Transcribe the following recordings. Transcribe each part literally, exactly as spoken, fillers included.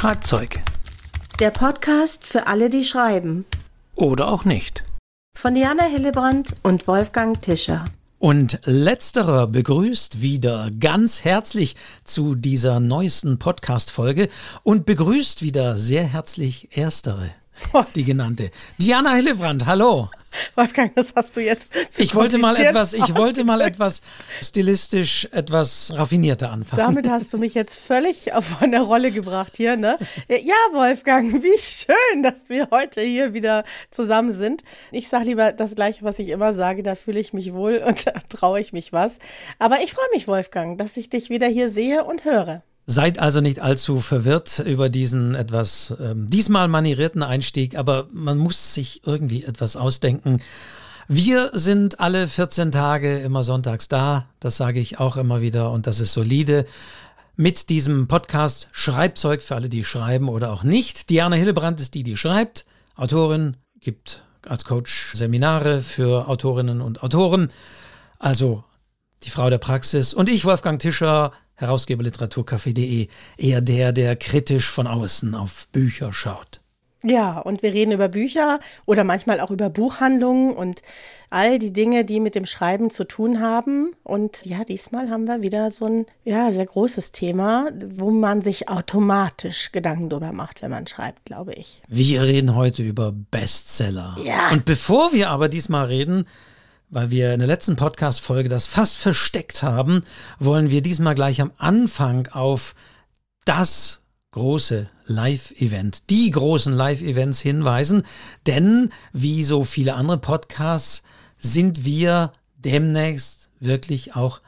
Schreibzeug. Der Podcast für alle, die schreiben. Oder auch nicht. Von Diana Hillebrand und Wolfgang Tischer. Und letzterer begrüßt wieder ganz herzlich zu dieser neuesten Podcast-Folge und begrüßt wieder sehr herzlich erstere, die genannte. Diana Hillebrand, hallo. Wolfgang, das hast du jetzt zu Ich wollte mal etwas, ich wollte mal etwas stilistisch, etwas raffinierter anfangen. Damit hast du mich jetzt völlig von der Rolle gebracht hier, ne? Ja, Wolfgang, wie schön, dass wir heute hier wieder zusammen sind. Ich sage lieber das Gleiche, was ich immer sage, da fühle ich mich wohl und da traue ich mich was. Aber ich freue mich, Wolfgang, dass ich dich wieder hier sehe und höre. Seid also nicht allzu verwirrt über diesen etwas ähm, diesmal manierierten Einstieg, aber man muss sich irgendwie etwas ausdenken. Wir sind alle vierzehn Tage immer sonntags da, das sage ich auch immer wieder und das ist solide. Mit diesem Podcast Schreibzeug für alle, die schreiben oder auch nicht. Diana Hillebrand ist die, die schreibt, Autorin, gibt als Coach Seminare für Autorinnen und Autoren, also die Frau der Praxis. Und ich, Wolfgang Tischer, Herausgeber literaturcafé punkt de, eher der, der kritisch von außen auf Bücher schaut. Ja, und wir reden über Bücher oder manchmal auch über Buchhandlungen und all die Dinge, die mit dem Schreiben zu tun haben. Und ja, diesmal haben wir wieder so ein ja, sehr großes Thema, wo man sich automatisch Gedanken drüber macht, wenn man schreibt, glaube ich. Wir reden heute über Bestseller. Ja. Und bevor wir aber diesmal reden, weil wir in der letzten Podcast-Folge das fast versteckt haben, wollen wir diesmal gleich am Anfang auf das große Live-Event, die großen Live-Events hinweisen. Denn wie so viele andere Podcasts sind wir demnächst wirklich auch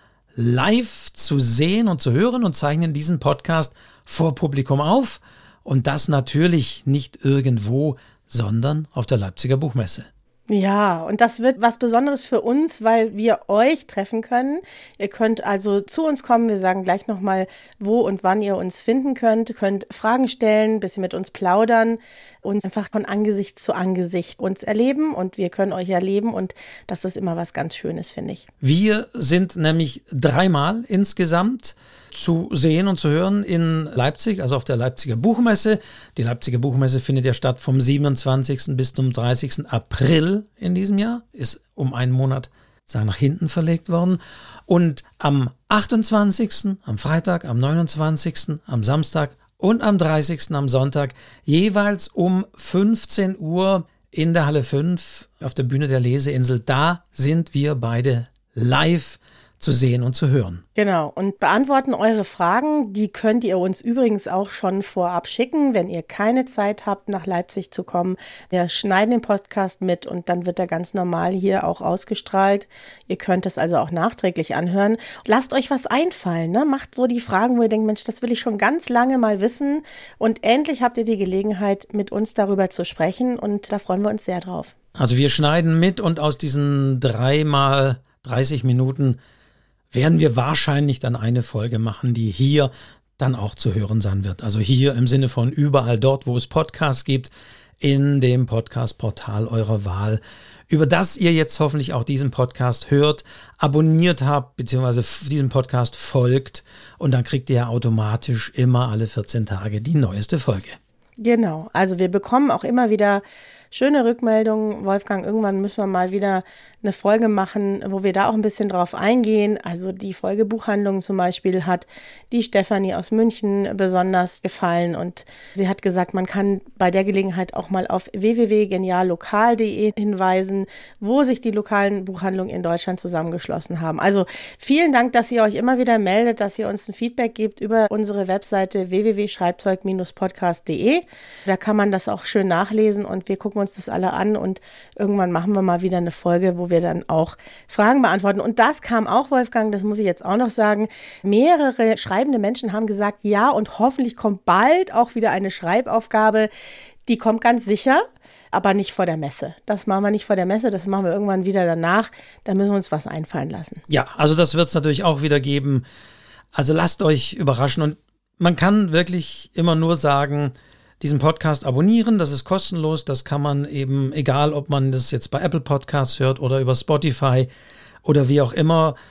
live zu sehen und zu hören und zeichnen diesen Podcast vor Publikum auf. Und das natürlich nicht irgendwo, sondern auf der Leipziger Buchmesse. Ja, und das wird was Besonderes für uns, weil wir euch treffen können. Ihr könnt also zu uns kommen. Wir sagen gleich nochmal, wo und wann ihr uns finden könnt. Ihr könnt Fragen stellen, ein bisschen mit uns plaudern und einfach von Angesicht zu Angesicht uns erleben. Und wir können euch erleben und das ist immer was ganz Schönes, finde ich. Wir sind nämlich dreimal insgesamt zu sehen und zu hören in Leipzig, also auf der Leipziger Buchmesse. Die Leipziger Buchmesse findet ja statt vom siebenundzwanzigsten bis zum dreißigsten April in diesem Jahr. Ist um einen Monat sagen, nach hinten verlegt worden. Und am achtundzwanzigsten, am Freitag, am neunundzwanzigsten, am Samstag und am dreißigsten am Sonntag jeweils um fünfzehn Uhr in der Halle fünf auf der Bühne der Leseinsel. Da sind wir beide live zu sehen und zu hören. Genau, und beantworten eure Fragen, die könnt ihr uns übrigens auch schon vorab schicken, wenn ihr keine Zeit habt, nach Leipzig zu kommen. Wir schneiden den Podcast mit und dann wird er ganz normal hier auch ausgestrahlt. Ihr könnt es also auch nachträglich anhören. Lasst euch was einfallen, ne? Macht so die Fragen, wo ihr denkt, Mensch, das will ich schon ganz lange mal wissen und endlich habt ihr die Gelegenheit, mit uns darüber zu sprechen und da freuen wir uns sehr drauf. Also wir schneiden mit und aus diesen dreimal dreißig Minuten werden wir wahrscheinlich dann eine Folge machen, die hier dann auch zu hören sein wird. Also hier im Sinne von überall dort, wo es Podcasts gibt, in dem Podcast-Portal eurer Wahl, über das ihr jetzt hoffentlich auch diesen Podcast hört, abonniert habt, beziehungsweise diesem Podcast folgt und dann kriegt ihr ja automatisch immer alle vierzehn Tage die neueste Folge. Genau, also wir bekommen auch immer wieder schöne Rückmeldungen. Wolfgang, irgendwann müssen wir mal wieder eine Folge machen, wo wir da auch ein bisschen drauf eingehen. Also die Folge Buchhandlung zum Beispiel hat die Stefanie aus München besonders gefallen und sie hat gesagt, man kann bei der Gelegenheit auch mal auf w w w punkt geniallokal punkt de hinweisen, wo sich die lokalen Buchhandlungen in Deutschland zusammengeschlossen haben. Also vielen Dank, dass ihr euch immer wieder meldet, dass ihr uns ein Feedback gebt über unsere Webseite w w w punkt schreibzeug Bindestrich podcast punkt de. Da kann man das auch schön nachlesen und wir gucken uns das alle an und irgendwann machen wir mal wieder eine Folge, wo wir dann auch Fragen beantworten. Und das kam auch, Wolfgang, das muss ich jetzt auch noch sagen, mehrere schreibende Menschen haben gesagt, ja, und hoffentlich kommt bald auch wieder eine Schreibaufgabe. Die kommt ganz sicher, aber nicht vor der Messe. Das machen wir nicht vor der Messe, das machen wir irgendwann wieder danach. Da müssen wir uns was einfallen lassen. Ja, also das wird es natürlich auch wieder geben. Also lasst euch überraschen und man kann wirklich immer nur sagen, diesen Podcast abonnieren, das ist kostenlos, das kann man eben, egal ob man das jetzt bei Apple Podcasts hört oder über Spotify oder wie auch immer,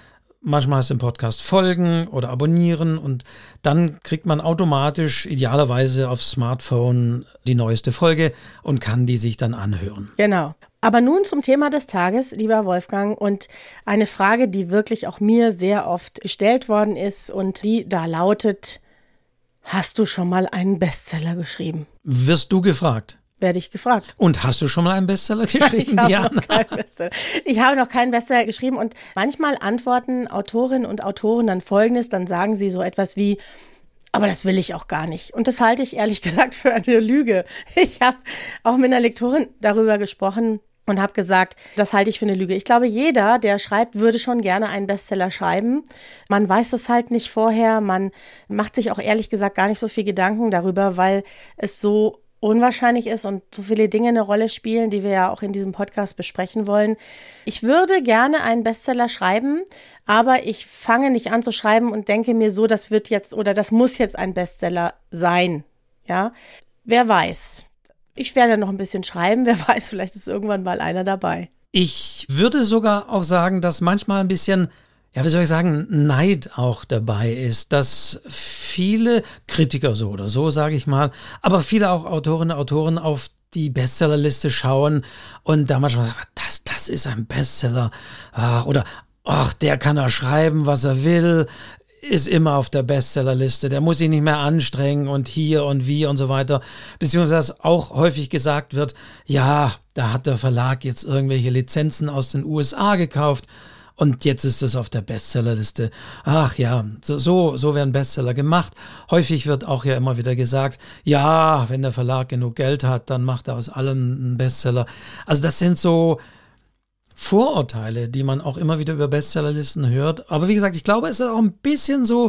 Manchmal heißt es im Podcast folgen oder abonnieren und dann kriegt man automatisch idealerweise aufs Smartphone die neueste Folge und kann die sich dann anhören. Genau. Aber nun zum Thema des Tages, lieber Wolfgang, und eine Frage, die wirklich auch mir sehr oft gestellt worden ist und die da lautet: Hast du schon mal einen Bestseller geschrieben? Wirst du gefragt? Werde ich gefragt. Und hast du schon mal einen Bestseller geschrieben, ich Diana? Habe Bestseller. Ich habe noch keinen Bestseller geschrieben und manchmal antworten Autorinnen und Autoren dann Folgendes, dann sagen sie so etwas wie: Aber das will ich auch gar nicht. Und das halte ich ehrlich gesagt für eine Lüge. Ich habe auch mit einer Lektorin darüber gesprochen und habe gesagt, das halte ich für eine Lüge. Ich glaube, jeder, der schreibt, würde schon gerne einen Bestseller schreiben. Man weiß das halt nicht vorher. Man macht sich auch ehrlich gesagt gar nicht so viel Gedanken darüber, weil es so unwahrscheinlich ist und so viele Dinge eine Rolle spielen, die wir ja auch in diesem Podcast besprechen wollen. Ich würde gerne einen Bestseller schreiben, aber ich fange nicht an zu schreiben und denke mir so, das wird jetzt oder das muss jetzt ein Bestseller sein. Ja, wer weiß. Ich werde noch ein bisschen schreiben, wer weiß, vielleicht ist irgendwann mal einer dabei. Ich würde sogar auch sagen, dass manchmal ein bisschen, ja, wie soll ich sagen, Neid auch dabei ist, dass viele Kritiker so oder so, sage ich mal, aber viele auch Autorinnen und Autoren auf die Bestsellerliste schauen und da manchmal sagen, das, das ist ein Bestseller. Oder, ach, der kann er schreiben, was er will, ist immer auf der Bestsellerliste, der muss sich nicht mehr anstrengen und hier und wie und so weiter. Beziehungsweise auch häufig gesagt wird, ja, da hat der Verlag jetzt irgendwelche Lizenzen aus den U S A gekauft. Und jetzt ist es auf der Bestsellerliste. Ach ja, so, so werden Bestseller gemacht. Häufig wird auch ja immer wieder gesagt, ja, wenn der Verlag genug Geld hat, dann macht er aus allem einen Bestseller. Also das sind so Vorurteile, die man auch immer wieder über Bestsellerlisten hört. Aber wie gesagt, ich glaube, es ist auch ein bisschen so,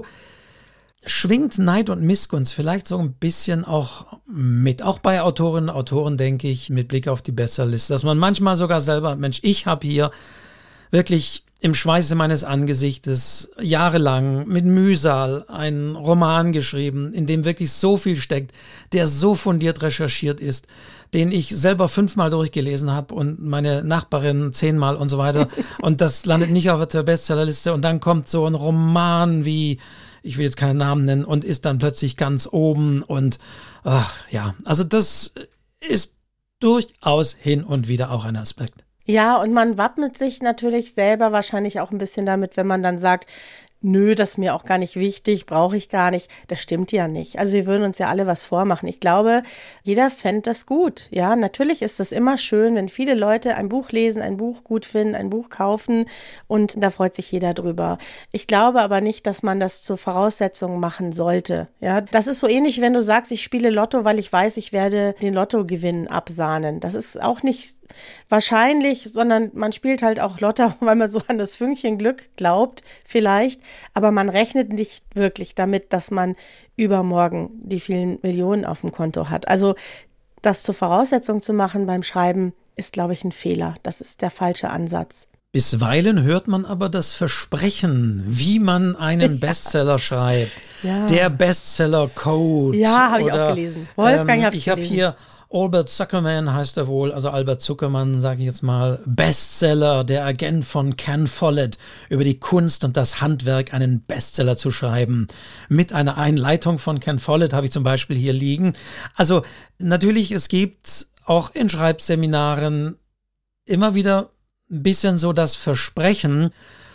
schwingt Neid und Missgunst vielleicht so ein bisschen auch mit. Auch bei Autorinnen und Autoren, denke ich, mit Blick auf die Bestsellerliste. Dass man manchmal sogar selber, Mensch, ich habe hier wirklich im Schweiße meines Angesichtes jahrelang mit Mühsal einen Roman geschrieben, in dem wirklich so viel steckt, der so fundiert recherchiert ist, den ich selber fünfmal durchgelesen habe und meine Nachbarin zehnmal und so weiter. Und das landet nicht auf der Bestsellerliste. Und dann kommt so ein Roman wie, ich will jetzt keinen Namen nennen, und ist dann plötzlich ganz oben. Und ach ja, also das ist durchaus hin und wieder auch ein Aspekt. Ja, und man wappnet sich natürlich selber wahrscheinlich auch ein bisschen damit, wenn man dann sagt, nö, das ist mir auch gar nicht wichtig, brauche ich gar nicht. Das stimmt ja nicht. Also wir würden uns ja alle was vormachen. Ich glaube, jeder fände das gut. Ja, natürlich ist das immer schön, wenn viele Leute ein Buch lesen, ein Buch gut finden, ein Buch kaufen und da freut sich jeder drüber. Ich glaube aber nicht, dass man das zur Voraussetzung machen sollte. Ja, das ist so ähnlich, wenn du sagst, ich spiele Lotto, weil ich weiß, ich werde den Lottogewinn absahnen. Das ist auch nicht wahrscheinlich, sondern man spielt halt auch Lotto, weil man so an das Fünkchen Glück glaubt, vielleicht. Aber man rechnet nicht wirklich damit, dass man übermorgen die vielen Millionen auf dem Konto hat. Also das zur Voraussetzung zu machen beim Schreiben, ist, glaube ich, ein Fehler. Das ist der falsche Ansatz. Bisweilen hört man aber das Versprechen, wie man einen Bestseller schreibt. Ja. Der Bestseller-Code. Ja, habe ich auch gelesen. Wolfgang ähm, hat es Ich habe hier Albert Zuckerman heißt er wohl, also Albert Zuckerman, sage ich jetzt mal, Bestseller, der Agent von Ken Follett, über die Kunst und das Handwerk, einen Bestseller zu schreiben. Mit einer Einleitung von Ken Follett habe ich zum Beispiel hier liegen. Also natürlich, es gibt auch in Schreibseminaren immer wieder ein bisschen so das Versprechen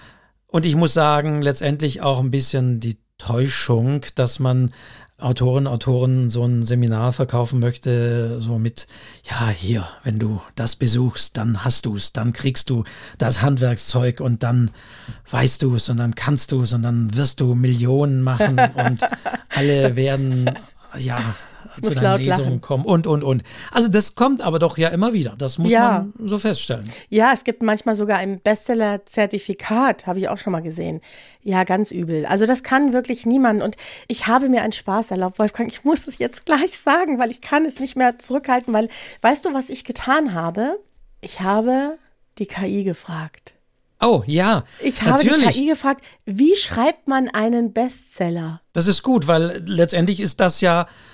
und ich muss sagen, letztendlich auch ein bisschen die Täuschung, dass man Autorinnen und Autoren so ein Seminar verkaufen möchte, so mit, ja, hier, wenn du das besuchst, dann hast du es, dann kriegst du das Handwerkszeug und dann weißt du es und dann kannst du es und dann wirst du Millionen machen und alle werden, ja, zu deinen Lesungen kommen und, und, und. Also das kommt aber doch ja immer wieder, das muss ja. man so feststellen. Ja, es gibt manchmal sogar ein Bestseller-Zertifikat, habe ich auch schon mal gesehen. Ja, ganz übel. Also das kann wirklich niemand und ich habe mir einen Spaß erlaubt, Wolfgang, ich muss es jetzt gleich sagen, weil ich kann es nicht mehr zurückhalten, weil, weißt du, was ich getan habe? Ich habe die K I gefragt. Oh, ja, Ich habe natürlich. die K I gefragt, wie schreibt man einen Bestseller? Das ist gut, weil letztendlich ist das ja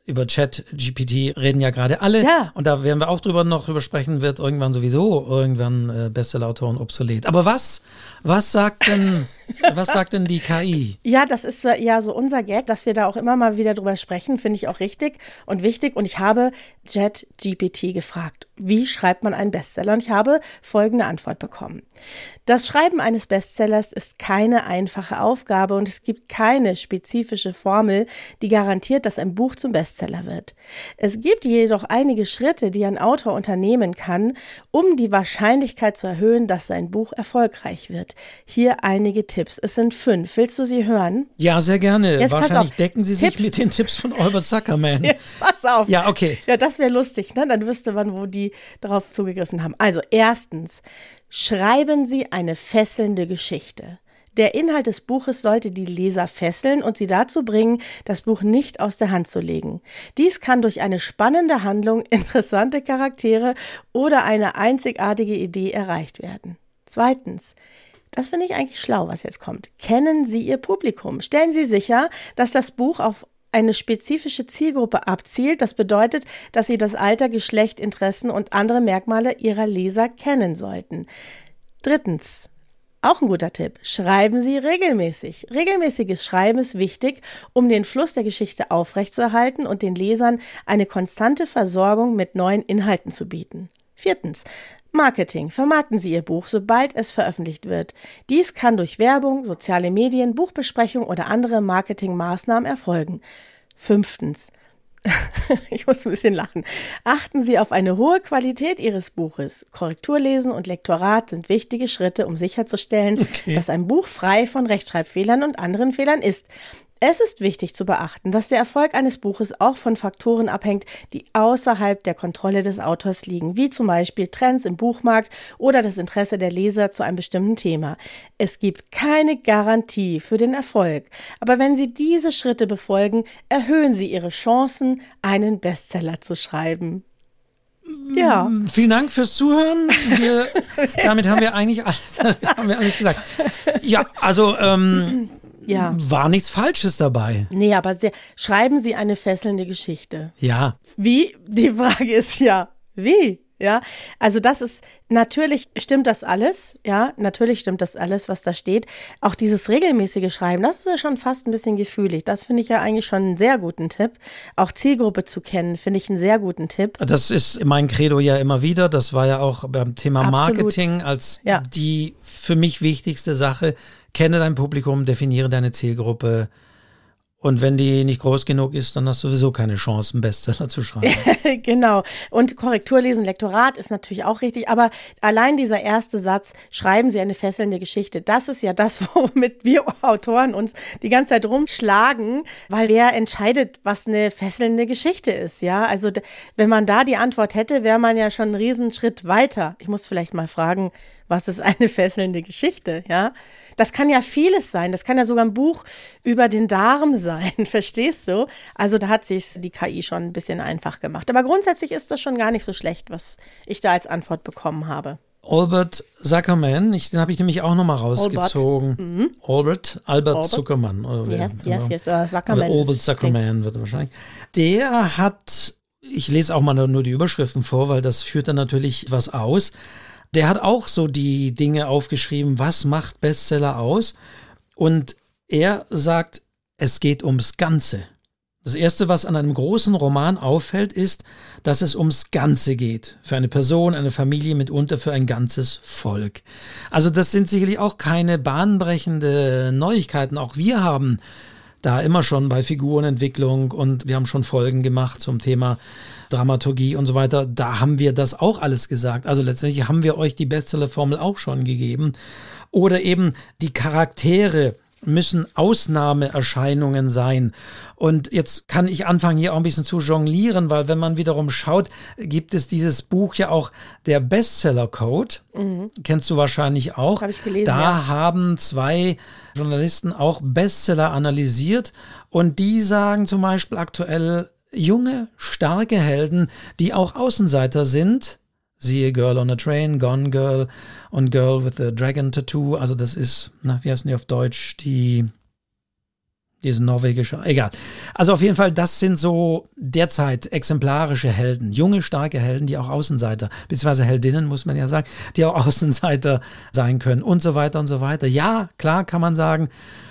über ChatGPT reden ja gerade alle. Ja. Und da werden wir auch drüber noch drüber sprechen, wird irgendwann sowieso irgendwann äh, Bestsellerautoren obsolet. Aber was, was sagt denn, was sagt denn die K I? Ja, das ist äh, ja so unser Gag, dass wir da auch immer mal wieder drüber sprechen, finde ich auch richtig und wichtig. Und ich habe ChatGPT gefragt, wie schreibt man einen Bestseller? Und ich habe folgende Antwort bekommen. Das Schreiben eines Bestsellers ist keine einfache Aufgabe und es gibt keine spezifische Formel, die garantiert, dass ein Buch zum Bestseller wird. Es gibt jedoch einige Schritte, die ein Autor unternehmen kann, um die Wahrscheinlichkeit zu erhöhen, dass sein Buch erfolgreich wird. Hier einige Tipps. Es sind fünf. Willst du sie hören? Ja, sehr gerne. Jetzt Wahrscheinlich decken sie sich Tipp. mit den Tipps von Albert Zuckerman. Jetzt pass auf. Ja, okay. Ja, das wäre lustig, ne? Dann wüsste man, wo die darauf zugegriffen haben. Also erstens, schreiben Sie eine fesselnde Geschichte. Der Inhalt des Buches sollte die Leser fesseln und sie dazu bringen, das Buch nicht aus der Hand zu legen. Dies kann durch eine spannende Handlung, interessante Charaktere oder eine einzigartige Idee erreicht werden. Zweitens, das finde ich eigentlich schlau, was jetzt kommt. Kennen Sie Ihr Publikum. Stellen Sie sicher, dass das Buch auf eine spezifische Zielgruppe abzielt. Das bedeutet, dass Sie das Alter, Geschlecht, Interessen und andere Merkmale Ihrer Leser kennen sollten. Drittens, auch ein guter Tipp, schreiben Sie regelmäßig. Regelmäßiges Schreiben ist wichtig, um den Fluss der Geschichte aufrechtzuerhalten und den Lesern eine konstante Versorgung mit neuen Inhalten zu bieten. Viertens, Marketing. Vermarkten Sie Ihr Buch, sobald es veröffentlicht wird. Dies kann durch Werbung, soziale Medien, Buchbesprechung oder andere Marketingmaßnahmen erfolgen. Fünftens, ich muss ein bisschen lachen. Achten Sie auf eine hohe Qualität Ihres Buches. Korrekturlesen und Lektorat sind wichtige Schritte, um sicherzustellen, okay, dass ein Buch frei von Rechtschreibfehlern und anderen Fehlern ist. Es ist wichtig zu beachten, dass der Erfolg eines Buches auch von Faktoren abhängt, die außerhalb der Kontrolle des Autors liegen, wie zum Beispiel Trends im Buchmarkt oder das Interesse der Leser zu einem bestimmten Thema. Es gibt keine Garantie für den Erfolg, aber wenn Sie diese Schritte befolgen, erhöhen Sie Ihre Chancen, einen Bestseller zu schreiben. Ja. Vielen Dank fürs Zuhören. Wir, damit haben wir eigentlich alles, damit haben wir alles gesagt. Ja, also ähm, Ja. war nichts Falsches dabei. Nee, aber sehr, schreiben Sie eine fesselnde Geschichte. Ja. Wie? Die Frage ist ja, wie? Ja, also das ist, natürlich stimmt das alles, ja, natürlich stimmt das alles, was da steht. Auch dieses regelmäßige Schreiben, das ist ja schon fast ein bisschen gefühlig. Das finde ich ja eigentlich schon einen sehr guten Tipp. Auch Zielgruppe zu kennen, finde ich einen sehr guten Tipp. Das ist mein Credo ja immer wieder. Das war ja auch beim Thema Absolut. Marketing als ja. die für mich wichtigste Sache. Kenne dein Publikum, definiere deine Zielgruppe. Und wenn die nicht groß genug ist, dann hast du sowieso keine Chance, einen Bestseller zu schreiben. Genau. Und Korrekturlesen, Lektorat ist natürlich auch richtig. Aber allein dieser erste Satz, schreiben Sie eine fesselnde Geschichte, das ist ja das, womit wir Autoren uns die ganze Zeit rumschlagen, weil wer entscheidet, was eine fesselnde Geschichte ist. Ja, also wenn man da die Antwort hätte, wäre man ja schon einen Riesenschritt weiter. Ich muss vielleicht mal fragen, was ist eine fesselnde Geschichte, ja? Das kann ja vieles sein. Das kann ja sogar ein Buch über den Darm sein, verstehst du? Also da hat sich die K I schon ein bisschen einfach gemacht. Aber grundsätzlich ist das schon gar nicht so schlecht, was ich da als Antwort bekommen habe. Albert Zuckerman, ich, den habe ich nämlich auch nochmal rausgezogen. Albert, mhm. Albert, Albert, Albert Zuckerman. Oder yes, yes, yes. Uh, Zuckerman. Oder Albert Zuckerman wird er wahrscheinlich. Der hat, ich lese auch mal nur die Überschriften vor, weil das führt dann natürlich was aus. Der hat auch so die Dinge aufgeschrieben, was macht Bestseller aus? Und er sagt, es geht ums Ganze. Das Erste, was an einem großen Roman auffällt, ist, dass es ums Ganze geht. Für eine Person, eine Familie, mitunter für ein ganzes Volk. Also das sind sicherlich auch keine bahnbrechende Neuigkeiten. Auch wir haben da immer schon bei Figurenentwicklung und wir haben schon Folgen gemacht zum Thema Dramaturgie und so weiter, da haben wir das auch alles gesagt. Also letztendlich haben wir euch die Bestseller-Formel auch schon gegeben. Oder eben die Charaktere müssen Ausnahmeerscheinungen sein. Und jetzt kann ich anfangen, hier auch ein bisschen zu jonglieren, weil wenn man wiederum schaut, gibt es dieses Buch ja auch, der Bestseller-Code. Mhm. Kennst du wahrscheinlich auch. Habe ich gelesen, Da ja. haben zwei Journalisten auch Bestseller analysiert und die sagen zum Beispiel aktuell, junge, starke Helden, die auch Außenseiter sind, siehe Girl on a Train, Gone Girl und Girl with a Dragon Tattoo, also das ist, na, wie heißen die auf Deutsch, die, Diese norwegische, egal. Also auf jeden Fall, das sind so derzeit exemplarische Helden, junge, starke Helden, die auch Außenseiter, beziehungsweise Heldinnen, muss man ja sagen, die auch Außenseiter sein können und so weiter und so weiter. Ja, klar kann man sagen,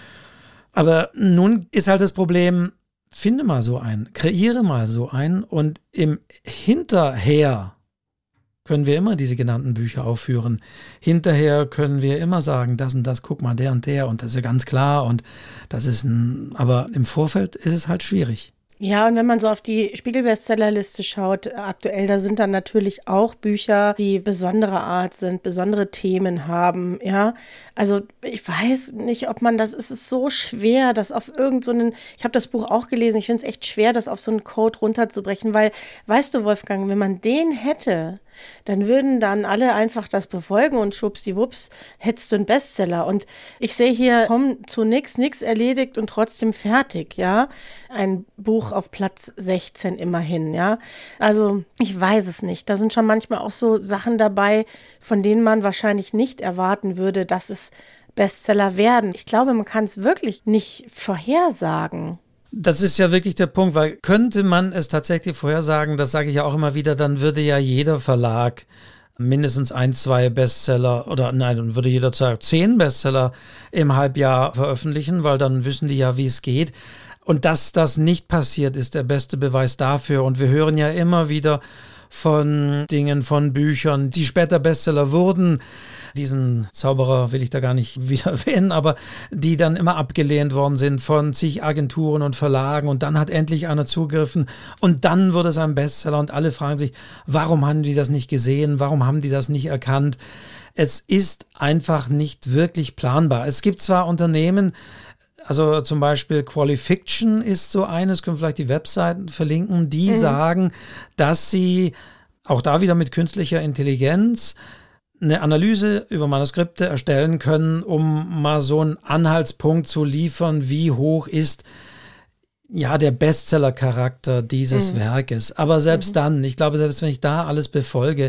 aber nun ist halt das Problem, finde mal so einen, kreiere mal so einen und im Hinterher können wir immer diese genannten Bücher aufführen. Hinterher können wir immer sagen, das und das, guck mal, der und der und das ist ja ganz klar und das ist ein, aber im Vorfeld ist es halt schwierig. Ja, und wenn man so auf die Spiegel-Bestsellerliste schaut, aktuell, da sind dann natürlich auch Bücher, die besondere Art sind, besondere Themen haben, ja. Also ich weiß nicht, ob man das, es ist so schwer, das auf irgend so einen, ich habe das Buch auch gelesen, ich finde es echt schwer, das auf so einen Code runterzubrechen, weil, weißt du, Wolfgang, wenn man den hätte, dann würden dann alle einfach das befolgen und schwuppsdiwupps hättest du einen Bestseller. Und ich sehe hier, komm zu nix, nix erledigt und trotzdem fertig, ja. Ein Buch auf Platz sechzehn immerhin, ja. Also ich weiß es nicht. Da sind schon manchmal auch so Sachen dabei, von denen man wahrscheinlich nicht erwarten würde, dass es Bestseller werden. Ich glaube, man kann es wirklich nicht vorhersagen. Das ist ja wirklich der Punkt, weil könnte man es tatsächlich vorhersagen, das sage ich ja auch immer wieder, dann würde ja jeder Verlag mindestens ein, zwei Bestseller oder nein, dann würde jeder sagen, zehn Bestseller im Halbjahr veröffentlichen, weil dann wissen die ja, wie es geht. Und dass das nicht passiert, ist der beste Beweis dafür. Und wir hören ja immer wieder von Dingen, von Büchern, die später Bestseller wurden. Diesen Zauberer will ich da gar nicht wieder erwähnen, aber die dann immer abgelehnt worden sind von zig Agenturen und Verlagen und dann hat endlich einer zugegriffen und dann wurde es ein Bestseller und alle fragen sich, warum haben die das nicht gesehen, warum haben die das nicht erkannt? Es ist einfach nicht wirklich planbar. Es gibt zwar Unternehmen, also zum Beispiel Qualifiction ist so eines, können wir vielleicht die Webseiten verlinken, die mhm. sagen, dass sie auch da wieder mit künstlicher Intelligenz eine Analyse über Manuskripte erstellen können, um mal so einen Anhaltspunkt zu liefern, wie hoch ist ja der Bestseller-Charakter dieses mhm. Werkes. Aber selbst mhm. dann, ich glaube, selbst wenn ich da alles befolge,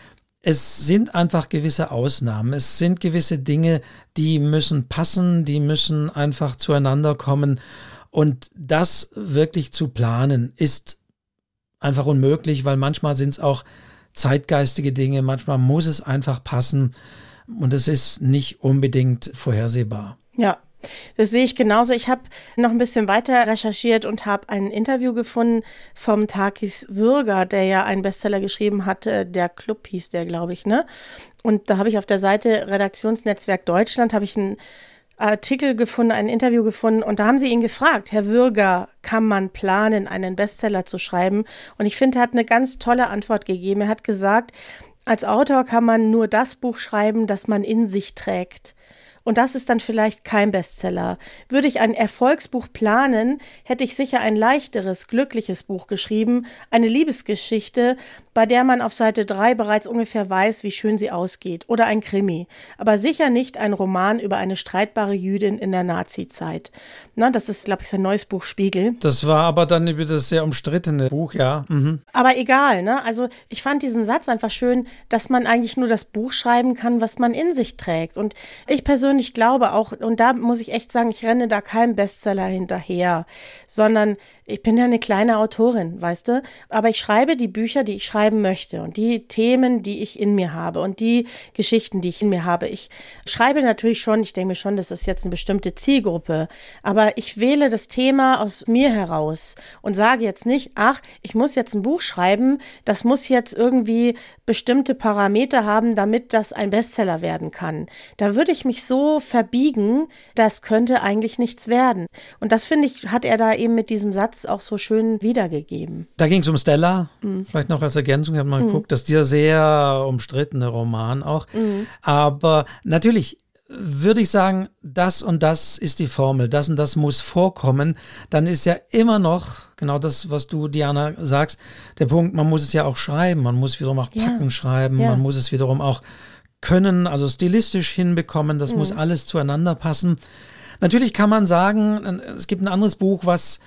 es sind einfach gewisse Ausnahmen. Es sind gewisse Dinge, die müssen passen, die müssen einfach zueinander kommen. Und das wirklich zu planen, ist einfach unmöglich, weil manchmal sind es auch zeitgeistige Dinge, manchmal muss es einfach passen und es ist nicht unbedingt vorhersehbar. Ja, das sehe ich genauso. Ich habe noch ein bisschen weiter recherchiert und habe ein Interview gefunden vom Takis Würger, der ja einen Bestseller geschrieben hatte, der Club hieß der, glaube ich, ne? Und da habe ich auf der Seite Redaktionsnetzwerk Deutschland, habe ich einen Artikel gefunden, ein Interview gefunden und da haben sie ihn gefragt, Herr Würger, kann man planen, einen Bestseller zu schreiben? Und ich finde, er hat eine ganz tolle Antwort gegeben. Er hat gesagt, als Autor kann man nur das Buch schreiben, das man in sich trägt. Und das ist dann vielleicht kein Bestseller. Würde ich ein Erfolgsbuch planen, hätte ich sicher ein leichteres, glückliches Buch geschrieben, eine Liebesgeschichte, bei der man auf Seite drei bereits ungefähr weiß, wie schön sie ausgeht. Oder ein Krimi. Aber sicher nicht ein Roman über eine streitbare Jüdin in der Nazi-Zeit. Na, das ist, glaube ich, sein neues Buch Spiegel. Das war aber dann über das sehr umstrittene Buch, ja. Mhm. Aber egal, ne? Also ich fand diesen Satz einfach schön, dass man eigentlich nur das Buch schreiben kann, was man in sich trägt. Und ich persönlich glaube auch, und da muss ich echt sagen, ich renne da keinem Bestseller hinterher, sondern ich bin ja eine kleine Autorin, weißt du, aber ich schreibe die Bücher, die ich schreiben möchte und die Themen, die ich in mir habe und die Geschichten, die ich in mir habe. Ich schreibe natürlich schon, ich denke mir schon, das ist jetzt eine bestimmte Zielgruppe, aber ich wähle das Thema aus mir heraus und sage jetzt nicht, ach, ich muss jetzt ein Buch schreiben, das muss jetzt irgendwie bestimmte Parameter haben, damit das ein Bestseller werden kann. Da würde ich mich so verbiegen, das könnte eigentlich nichts werden. Und das, finde ich, hat er da eben mit diesem Satz auch so schön wiedergegeben. Da ging es um Stella, mhm. vielleicht noch als Ergänzung, ich habe mal mhm. geguckt, das ist dieser sehr umstrittene Roman auch. Mhm. Aber natürlich würde ich sagen, das und das ist die Formel, das und das muss vorkommen, dann ist ja immer noch genau das, was du, Diana, sagst, der Punkt, man muss es ja auch schreiben, man muss wiederum auch Packen ja. schreiben, ja. man muss es wiederum auch können, also stilistisch hinbekommen, das mhm. muss alles zueinander passen. Natürlich kann man sagen, es gibt ein anderes Buch, was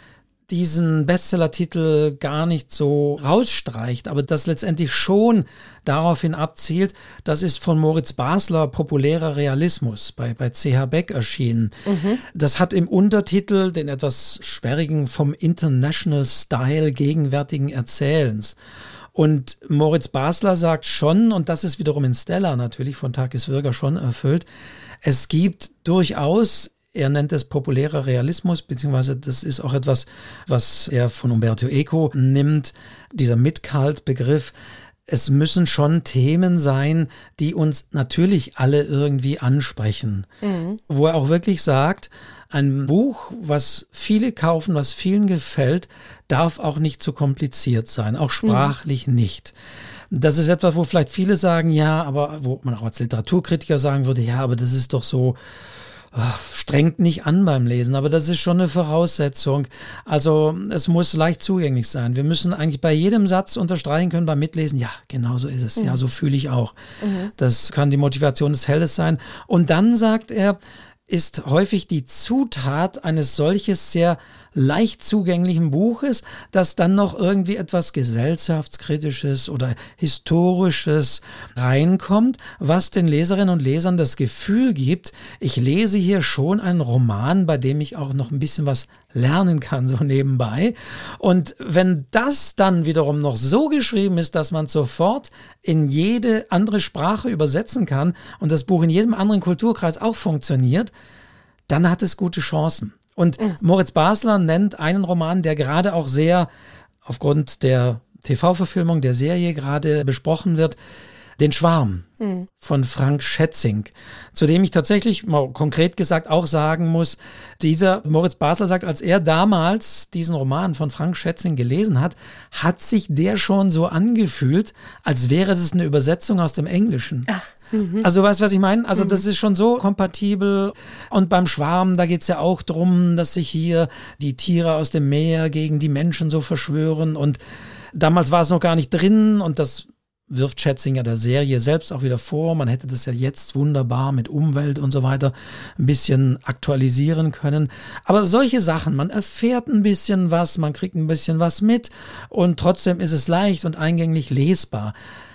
diesen Bestsellertitel gar nicht so rausstreicht, aber das letztendlich schon daraufhin abzielt, das ist von Moritz Basler Populärer Realismus bei, bei C H Beck erschienen. Mhm. Das hat im Untertitel den etwas sperrigen vom International Style gegenwärtigen Erzählens. Und Moritz Basler sagt schon, und das ist wiederum in Stella natürlich von Takis Virga schon erfüllt, es gibt durchaus, er nennt es populärer Realismus, beziehungsweise das ist auch etwas, was er von Umberto Eco nimmt, dieser Mid-Cult-Begriff. Es müssen schon Themen sein, die uns natürlich alle irgendwie ansprechen. Mhm. Wo er auch wirklich sagt, ein Buch, was viele kaufen, was vielen gefällt, darf auch nicht zu kompliziert sein, auch sprachlich mhm. nicht. Das ist etwas, wo vielleicht viele sagen, ja, aber wo man auch als Literaturkritiker sagen würde, ja, aber das ist doch so, ach, strengt nicht an beim Lesen, aber das ist schon eine Voraussetzung. Also es muss leicht zugänglich sein. Wir müssen eigentlich bei jedem Satz unterstreichen können beim Mitlesen, ja, genau so ist es, mhm. ja, so fühle ich auch. Mhm. Das kann die Motivation des Heldes sein. Und dann sagt er, ist häufig die Zutat eines solches sehr leicht zugänglichen Buches, dass dann noch irgendwie etwas Gesellschaftskritisches oder Historisches reinkommt, was den Leserinnen und Lesern das Gefühl gibt, ich lese hier schon einen Roman, bei dem ich auch noch ein bisschen was lernen kann, so nebenbei. Und wenn das dann wiederum noch so geschrieben ist, dass man sofort in jede andere Sprache übersetzen kann und das Buch in jedem anderen Kulturkreis auch funktioniert, dann hat es gute Chancen. Und mhm. Moritz Basler nennt einen Roman, der gerade auch sehr, aufgrund der T V-Verfilmung der Serie gerade besprochen wird, Den Schwarm mhm. von Frank Schätzing, zu dem ich tatsächlich mal konkret gesagt auch sagen muss, dieser Moritz Basler sagt, als er damals diesen Roman von Frank Schätzing gelesen hat, hat sich der schon so angefühlt, als wäre es eine Übersetzung aus dem Englischen. Ach. Mhm. Also weißt du, was ich meine? Also mhm. das ist schon so kompatibel. Und beim Schwarm, da geht es ja auch drum, dass sich hier die Tiere aus dem Meer gegen die Menschen so verschwören. Und damals war es noch gar nicht drin und das wirft Schätzinger der Serie selbst auch wieder vor. Man hätte das ja jetzt wunderbar mit Umwelt und so weiter ein bisschen aktualisieren können. Aber solche Sachen, man erfährt ein bisschen was, man kriegt ein bisschen was mit und trotzdem ist es leicht und eingänglich lesbar.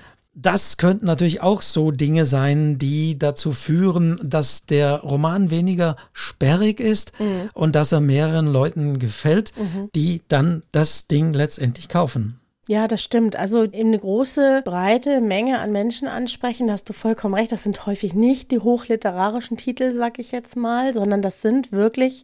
Das könnten natürlich auch so Dinge sein, die dazu führen, dass der Roman weniger sperrig ist mhm. und dass er mehreren Leuten gefällt, mhm. die dann das Ding letztendlich kaufen. Ja, das stimmt. Also eine große, breite Menge an Menschen ansprechen, da hast du vollkommen recht. Das sind häufig nicht die hochliterarischen Titel, sag ich jetzt mal, sondern das sind wirklich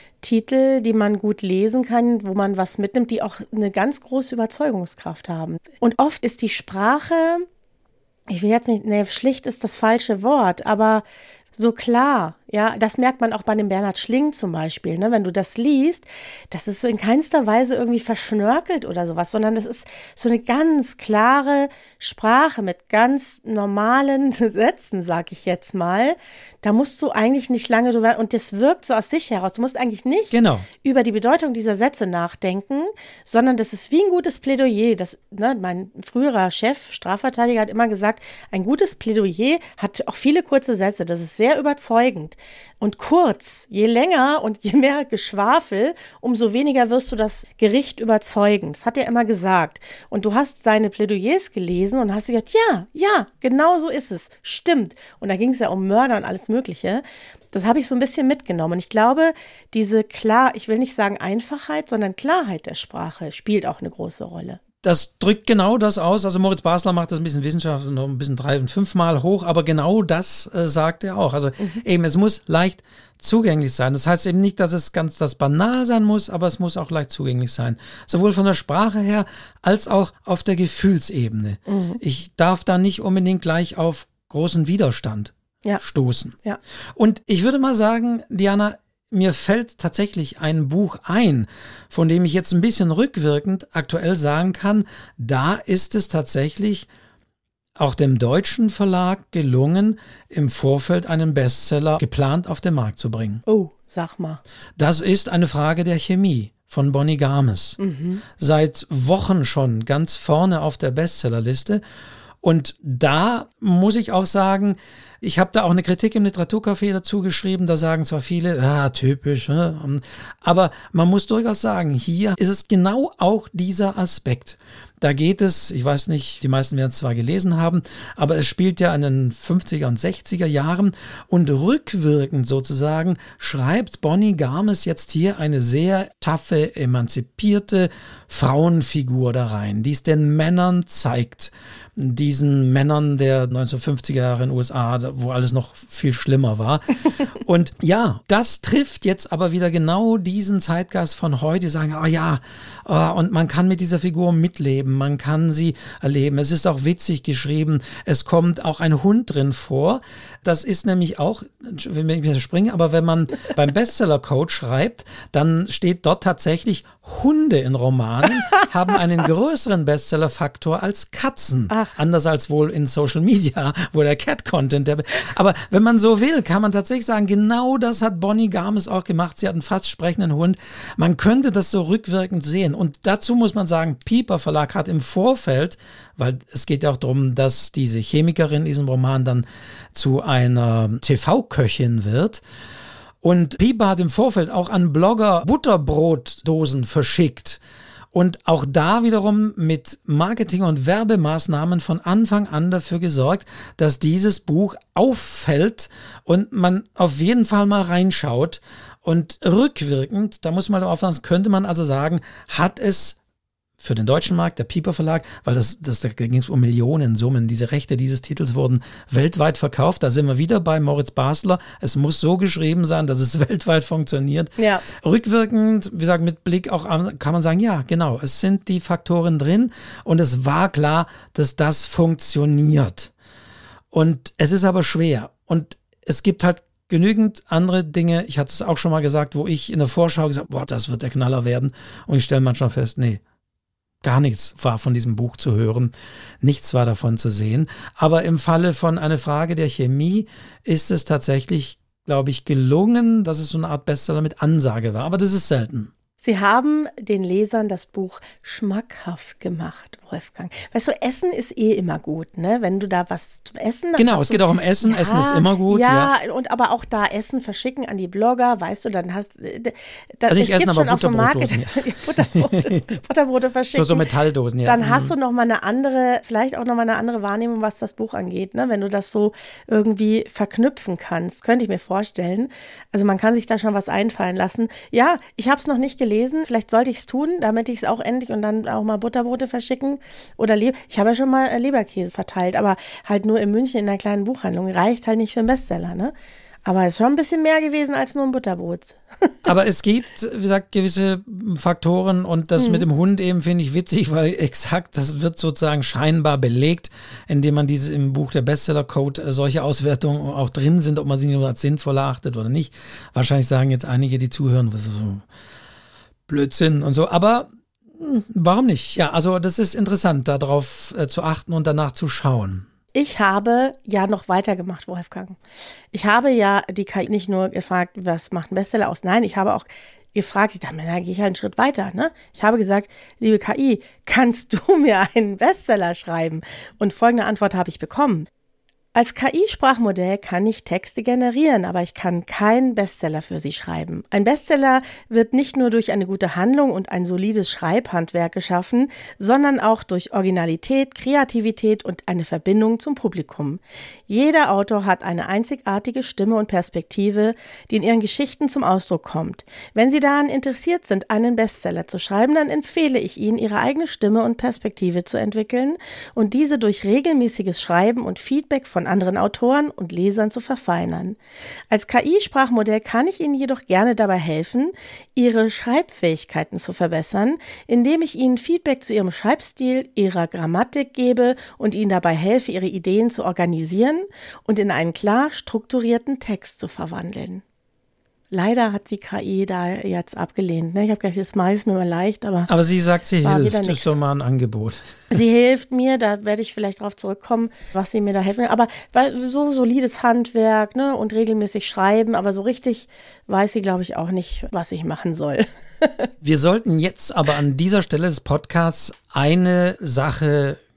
Titel, die man gut lesen kann, wo man was mitnimmt, die auch eine ganz große Überzeugungskraft haben. Und oft ist die Sprache, ich will jetzt nicht, nee, schlicht ist das falsche Wort, aber so klar, ja, das merkt man auch bei dem Bernhard Schling zum Beispiel, ne, wenn du das liest, das ist in keinster Weise irgendwie verschnörkelt oder sowas, sondern das ist so eine ganz klare Sprache mit ganz normalen Sätzen, sag ich jetzt mal. Da musst du eigentlich nicht lange drüber, und das wirkt so aus sich heraus. Du musst eigentlich nicht genau. über die Bedeutung dieser Sätze nachdenken, sondern das ist wie ein gutes Plädoyer. Das, ne, mein früherer Chef, Strafverteidiger, hat immer gesagt, ein gutes Plädoyer hat auch viele kurze Sätze. Das ist sehr überzeugend. Und kurz, je länger und je mehr Geschwafel, umso weniger wirst du das Gericht überzeugen. Das hat er immer gesagt. Und du hast seine Plädoyers gelesen und hast gesagt, ja, ja, genau so ist es. Stimmt. Und da ging es ja um Mörder und alles Mögliche. Das habe ich so ein bisschen mitgenommen. Und ich glaube, diese klar, ich will nicht sagen Einfachheit, sondern Klarheit der Sprache spielt auch eine große Rolle. Das drückt genau das aus. Also Moritz Basler macht das ein bisschen Wissenschaft und noch ein bisschen drei- und fünfmal hoch, aber genau das äh, sagt er auch. Also mhm. eben, es muss leicht zugänglich sein. Das heißt eben nicht, dass es ganz das banal sein muss, aber es muss auch leicht zugänglich sein. Sowohl von der Sprache her, als auch auf der Gefühlsebene. Mhm. Ich darf da nicht unbedingt gleich auf großen Widerstand ja. stoßen. Ja. Und ich würde mal sagen, Diana, mir fällt tatsächlich ein Buch ein, von dem ich jetzt ein bisschen rückwirkend aktuell sagen kann, da ist es tatsächlich auch dem deutschen Verlag gelungen, im Vorfeld einen Bestseller geplant auf den Markt zu bringen. Oh, sag mal. Das ist Eine Frage der Chemie von Bonnie Garmes. Mhm. Seit Wochen schon ganz vorne auf der Bestsellerliste. Und da muss ich auch sagen, ich habe da auch eine Kritik im Literaturcafé dazu geschrieben, da sagen zwar viele, ja, typisch, ne? Aber man muss durchaus sagen, hier ist es genau auch dieser Aspekt. Da geht es, ich weiß nicht, die meisten werden es zwar gelesen haben, aber es spielt ja in den fünfziger und sechziger Jahren und rückwirkend sozusagen schreibt Bonnie Garmus jetzt hier eine sehr taffe, emanzipierte Frauenfigur da rein, die es den Männern zeigt. Diesen Männern der neunzehnhundertfünfziger Jahre in den U S A, wo alles noch viel schlimmer war. Und ja, das trifft jetzt aber wieder genau diesen Zeitgeist von heute, die sagen, ah ja, oh, und man kann mit dieser Figur mitleben, man kann sie erleben. Es ist auch witzig geschrieben, es kommt auch ein Hund drin vor. Das ist nämlich auch, wenn ich wieder springe, aber wenn man beim Bestseller-Code schreibt, dann steht dort tatsächlich, Hunde in Romanen haben einen größeren Bestseller-Faktor als Katzen. Ach. Anders als wohl in Social Media, wo der Cat-Content, der, aber wenn man so will, kann man tatsächlich sagen, genau das hat Bonnie Garmus auch gemacht. Sie hat einen fast sprechenden Hund. Man könnte das so rückwirkend sehen. Und dazu muss man sagen, Piper Verlag hat im Vorfeld, weil es geht ja auch darum, dass diese Chemikerin in diesem Roman dann zu einer T V-Köchin wird. Und Piper hat im Vorfeld auch an Blogger Butterbrotdosen verschickt. Und auch da wiederum mit Marketing- und Werbemaßnahmen von Anfang an dafür gesorgt, dass dieses Buch auffällt und man auf jeden Fall mal reinschaut. Und rückwirkend, da muss man aufpassen, könnte man also sagen, hat es für den deutschen Markt, der Piper Verlag, weil das, das, da ging es um Millionensummen. Diese Rechte dieses Titels wurden weltweit verkauft. Da sind wir wieder bei Moritz Basler. Es muss so geschrieben sein, dass es weltweit funktioniert. Ja. Rückwirkend, wie gesagt, mit Blick auch an, kann man sagen, ja, genau, es sind die Faktoren drin und es war klar, dass das funktioniert. Und es ist aber schwer. Und es gibt halt genügend andere Dinge, ich hatte es auch schon mal gesagt, wo ich in der Vorschau gesagt habe, boah, das wird der Knaller werden. Und ich stelle manchmal fest, nee, gar nichts war von diesem Buch zu hören, nichts war davon zu sehen. Aber im Falle von Eine Frage der Chemie ist es tatsächlich, glaube ich, gelungen, dass es so eine Art Bestseller mit Ansage war. Aber das ist selten. Sie haben den Lesern das Buch schmackhaft gemacht, Wolfgang. Weißt du, Essen ist eh immer gut, ne? Wenn du da was zum Essen... Genau, es geht auch um Essen. Ja, Essen ist immer gut. Ja, ja, und aber auch da Essen verschicken an die Blogger, weißt du, dann hast... Da, also ich esse aber Butterbrotdosen. So ja. Butterbrote, Butterbrote verschicken. So, so Metalldosen, ja. Dann mhm. hast du noch mal eine andere, vielleicht auch noch mal eine andere Wahrnehmung, was das Buch angeht, ne? Wenn du das so irgendwie verknüpfen kannst, könnte ich mir vorstellen. Also man kann sich da schon was einfallen lassen. Ja, ich habe es noch nicht gelesen. Lesen. Vielleicht sollte ich es tun, damit ich es auch endlich und dann auch mal Butterbrote verschicken oder Le- ich habe ja schon mal Leberkäse verteilt, aber halt nur in München in einer kleinen Buchhandlung. Reicht halt nicht für einen Bestseller, ne? Aber es ist schon ein bisschen mehr gewesen als nur ein Butterbrot. Aber es gibt, wie gesagt, gewisse Faktoren und das mhm. mit dem Hund eben finde ich witzig, weil exakt, das wird sozusagen scheinbar belegt, indem man dieses im Buch der Bestseller-Code äh, solche Auswertungen auch drin sind, ob man sie nur als sinnvoll erachtet oder nicht. Wahrscheinlich sagen jetzt einige, die zuhören, das ist so Blödsinn und so, aber warum nicht? Ja, also das ist interessant, darauf äh, zu achten und danach zu schauen. Ich habe ja noch weitergemacht, Wolfgang. Ich habe ja die K I nicht nur gefragt, was macht ein Bestseller aus? Nein, ich habe auch gefragt, ich dachte mir, da gehe ich halt einen Schritt weiter. Ne? Ich habe gesagt, liebe K I, kannst du mir einen Bestseller schreiben? Und folgende Antwort habe ich bekommen. Als K I-Sprachmodell kann ich Texte generieren, aber ich kann keinen Bestseller für sie schreiben. Ein Bestseller wird nicht nur durch eine gute Handlung und ein solides Schreibhandwerk geschaffen, sondern auch durch Originalität, Kreativität und eine Verbindung zum Publikum. Jeder Autor hat eine einzigartige Stimme und Perspektive, die in ihren Geschichten zum Ausdruck kommt. Wenn Sie daran interessiert sind, einen Bestseller zu schreiben, dann empfehle ich Ihnen, Ihre eigene Stimme und Perspektive zu entwickeln und diese durch regelmäßiges Schreiben und Feedback von anderen Autoren und Lesern zu verfeinern. Als K I-Sprachmodell kann ich Ihnen jedoch gerne dabei helfen, Ihre Schreibfähigkeiten zu verbessern, indem ich Ihnen Feedback zu Ihrem Schreibstil, Ihrer Grammatik gebe und Ihnen dabei helfe, Ihre Ideen zu organisieren und in einen klar strukturierten Text zu verwandeln. Leider hat die K I da jetzt abgelehnt. Ne? Ich habe gedacht, das mache ich mir mal leicht, aber. Aber sie sagt, sie hilft. Das ist doch mal ein Angebot. Sie hilft mir, da werde ich vielleicht drauf zurückkommen, was sie mir da helfen. Aber so solides Handwerk, ne, und regelmäßig schreiben, aber so richtig weiß sie, glaube ich, auch nicht, was ich machen soll. Wir sollten jetzt aber an dieser Stelle des Podcasts eine Sache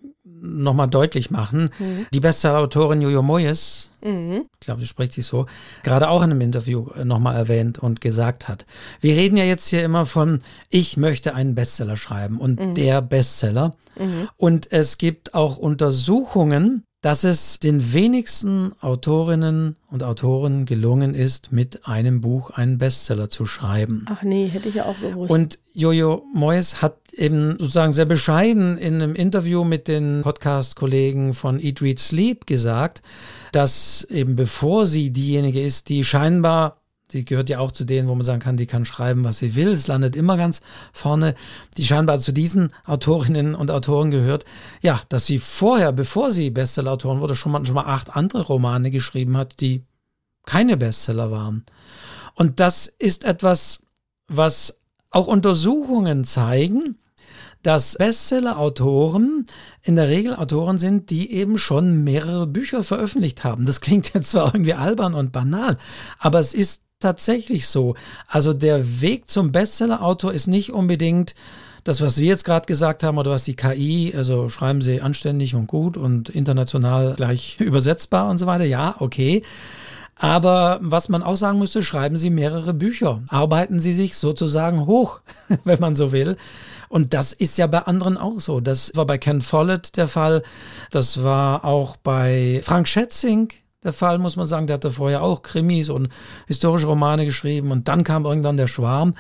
nochmal deutlich machen. Mhm. Die Bestseller-Autorin Jojo Moyes, mhm. ich glaube, sie spricht sich so, gerade auch in einem Interview nochmal erwähnt und gesagt hat, wir reden ja jetzt hier immer von, ich möchte einen Bestseller schreiben und mhm. der Bestseller. Mhm. Und es gibt auch Untersuchungen, dass es den wenigsten Autorinnen und Autoren gelungen ist, mit einem Buch einen Bestseller zu schreiben. Ach nee, hätte ich ja auch gewusst. Und Jojo Moyes hat eben sozusagen sehr bescheiden in einem Interview mit den Podcast-Kollegen von Eat, Read, Sleep gesagt, dass eben bevor sie diejenige ist, die scheinbar, die gehört ja auch zu denen, wo man sagen kann, die kann schreiben, was sie will. Es landet immer ganz vorne. Die scheinbar zu diesen Autorinnen und Autoren gehört. Ja, dass sie vorher, bevor sie Bestseller-Autorin wurde, schon mal, schon mal acht andere Romane geschrieben hat, die keine Bestseller waren. Und das ist etwas, was auch Untersuchungen zeigen, dass Bestseller-Autoren in der Regel Autoren sind, die eben schon mehrere Bücher veröffentlicht haben. Das klingt jetzt zwar irgendwie albern und banal, aber es ist tatsächlich so. Also der Weg zum Bestseller-Autor ist nicht unbedingt das, was wir jetzt gerade gesagt haben oder was die K I, also schreiben Sie anständig und gut und international gleich übersetzbar und so weiter. Ja, okay. Aber was man auch sagen müsste, schreiben Sie mehrere Bücher. Arbeiten Sie sich sozusagen hoch, wenn man so will. Und das ist ja bei anderen auch so. Das war bei Ken Follett der Fall. Das war auch bei Frank Schätzing der Fall, muss man sagen. Der hatte vorher auch Krimis und historische Romane geschrieben. Und dann kam irgendwann der Schwarm.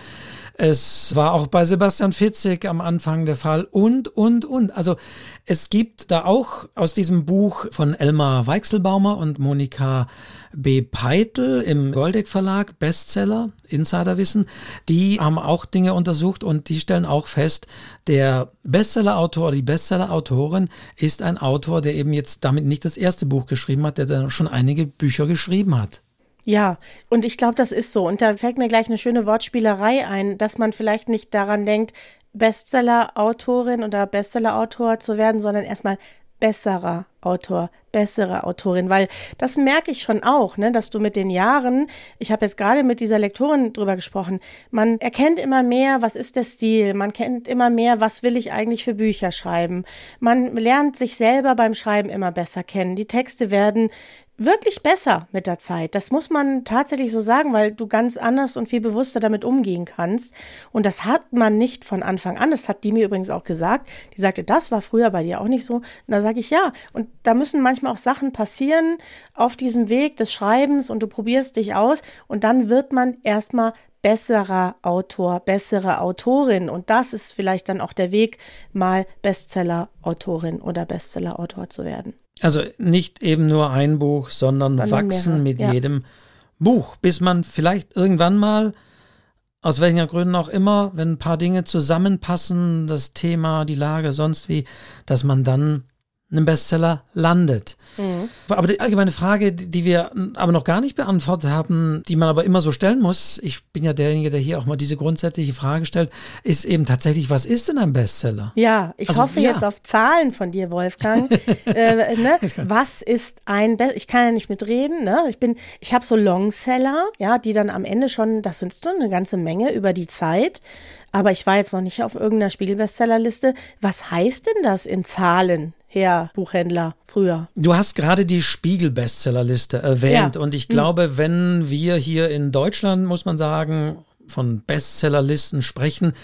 Es war auch bei Sebastian Fitzek am Anfang der Fall und, und, und. Also es gibt da auch aus diesem Buch von Elmar Weichselbaumer und Monika B. Peitel im Goldeck Verlag, Bestseller, Insiderwissen, die haben auch Dinge untersucht und die stellen auch fest, der Bestseller-Autor, die Bestseller-Autorin ist ein Autor, der eben jetzt damit nicht das erste Buch geschrieben hat, der dann schon einige Bücher geschrieben hat. Ja, und ich glaube, das ist so. Und da fällt mir gleich eine schöne Wortspielerei ein, dass man vielleicht nicht daran denkt, Bestseller-Autorin oder Bestseller-Autor zu werden, sondern erstmal besserer Autor, bessere Autorin, weil das merke ich schon auch, ne, dass du mit den Jahren, ich habe jetzt gerade mit dieser Lektorin drüber gesprochen, man erkennt immer mehr, was ist der Stil, man kennt immer mehr, was will ich eigentlich für Bücher schreiben, man lernt sich selber beim Schreiben immer besser kennen, die Texte werden wirklich besser mit der Zeit. Das muss man tatsächlich so sagen, weil du ganz anders und viel bewusster damit umgehen kannst. Und das hat man nicht von Anfang an. Das hat die mir übrigens auch gesagt. Die sagte, das war früher bei dir auch nicht so. Und da sage ich ja. Und da müssen manchmal auch Sachen passieren auf diesem Weg des Schreibens und du probierst dich aus und dann wird man erstmal besserer Autor, bessere Autorin. Und das ist vielleicht dann auch der Weg, mal Bestseller-Autorin oder Bestseller-Autor zu werden. Also nicht eben nur ein Buch, sondern Dann wachsen mit ja. jedem Buch, bis man vielleicht irgendwann mal, aus welchen Gründen auch immer, wenn ein paar Dinge zusammenpassen, das Thema, die Lage, sonst wie, dass man dann einen Bestseller landet. Mhm. Aber die allgemeine Frage, die wir aber noch gar nicht beantwortet haben, die man aber immer so stellen muss, ich bin ja derjenige, der hier auch mal diese grundsätzliche Frage stellt, ist eben tatsächlich, was ist denn ein Bestseller? Ja, ich also, hoffe ja. jetzt auf Zahlen von dir, Wolfgang. äh, ne? Was ist ein Bestseller? Ich kann ja nicht mitreden. Ne? Ich bin, ich habe so Longseller, ja, die dann am Ende schon, das sind so eine ganze Menge über die Zeit. Aber ich war jetzt noch nicht auf irgendeiner Spiegel-Bestsellerliste. Was heißt denn das in Zahlen, Herr Buchhändler, früher? Du hast gerade die Spiegel-Bestsellerliste erwähnt. Ja. Und ich glaube, hm. wenn wir hier in Deutschland, muss man sagen, von Bestsellerlisten sprechen,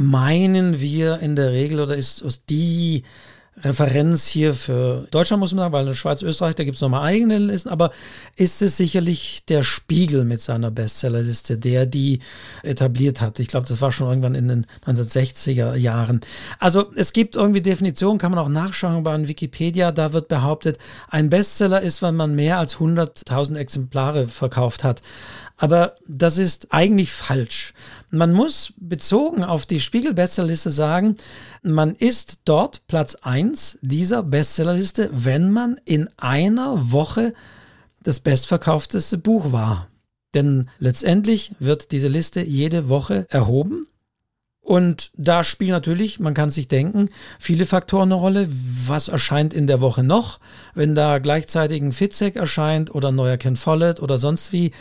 meinen wir in der Regel, oder ist die Referenz hier für Deutschland, muss man sagen, weil in Schweiz, Österreich, da gibt es nochmal eigene Listen, aber ist es sicherlich der Spiegel mit seiner Bestsellerliste, der die etabliert hat. Ich glaube, das war schon irgendwann in den neunzehnhundertsechziger Jahren. Also es gibt irgendwie Definitionen, kann man auch nachschauen bei Wikipedia, da wird behauptet, ein Bestseller ist, wenn man mehr als hunderttausend Exemplare verkauft hat. Aber das ist eigentlich falsch. Man muss bezogen auf die Spiegel-Bestsellerliste sagen, man ist dort Platz eins dieser Bestsellerliste, wenn man in einer Woche das bestverkaufteste Buch war. Denn letztendlich wird diese Liste jede Woche erhoben. Und da spielen natürlich, man kann sich denken, viele Faktoren eine Rolle. Was erscheint in der Woche noch? Wenn da gleichzeitig ein Fitzek erscheint oder ein neuer Ken Follett oder sonst wie,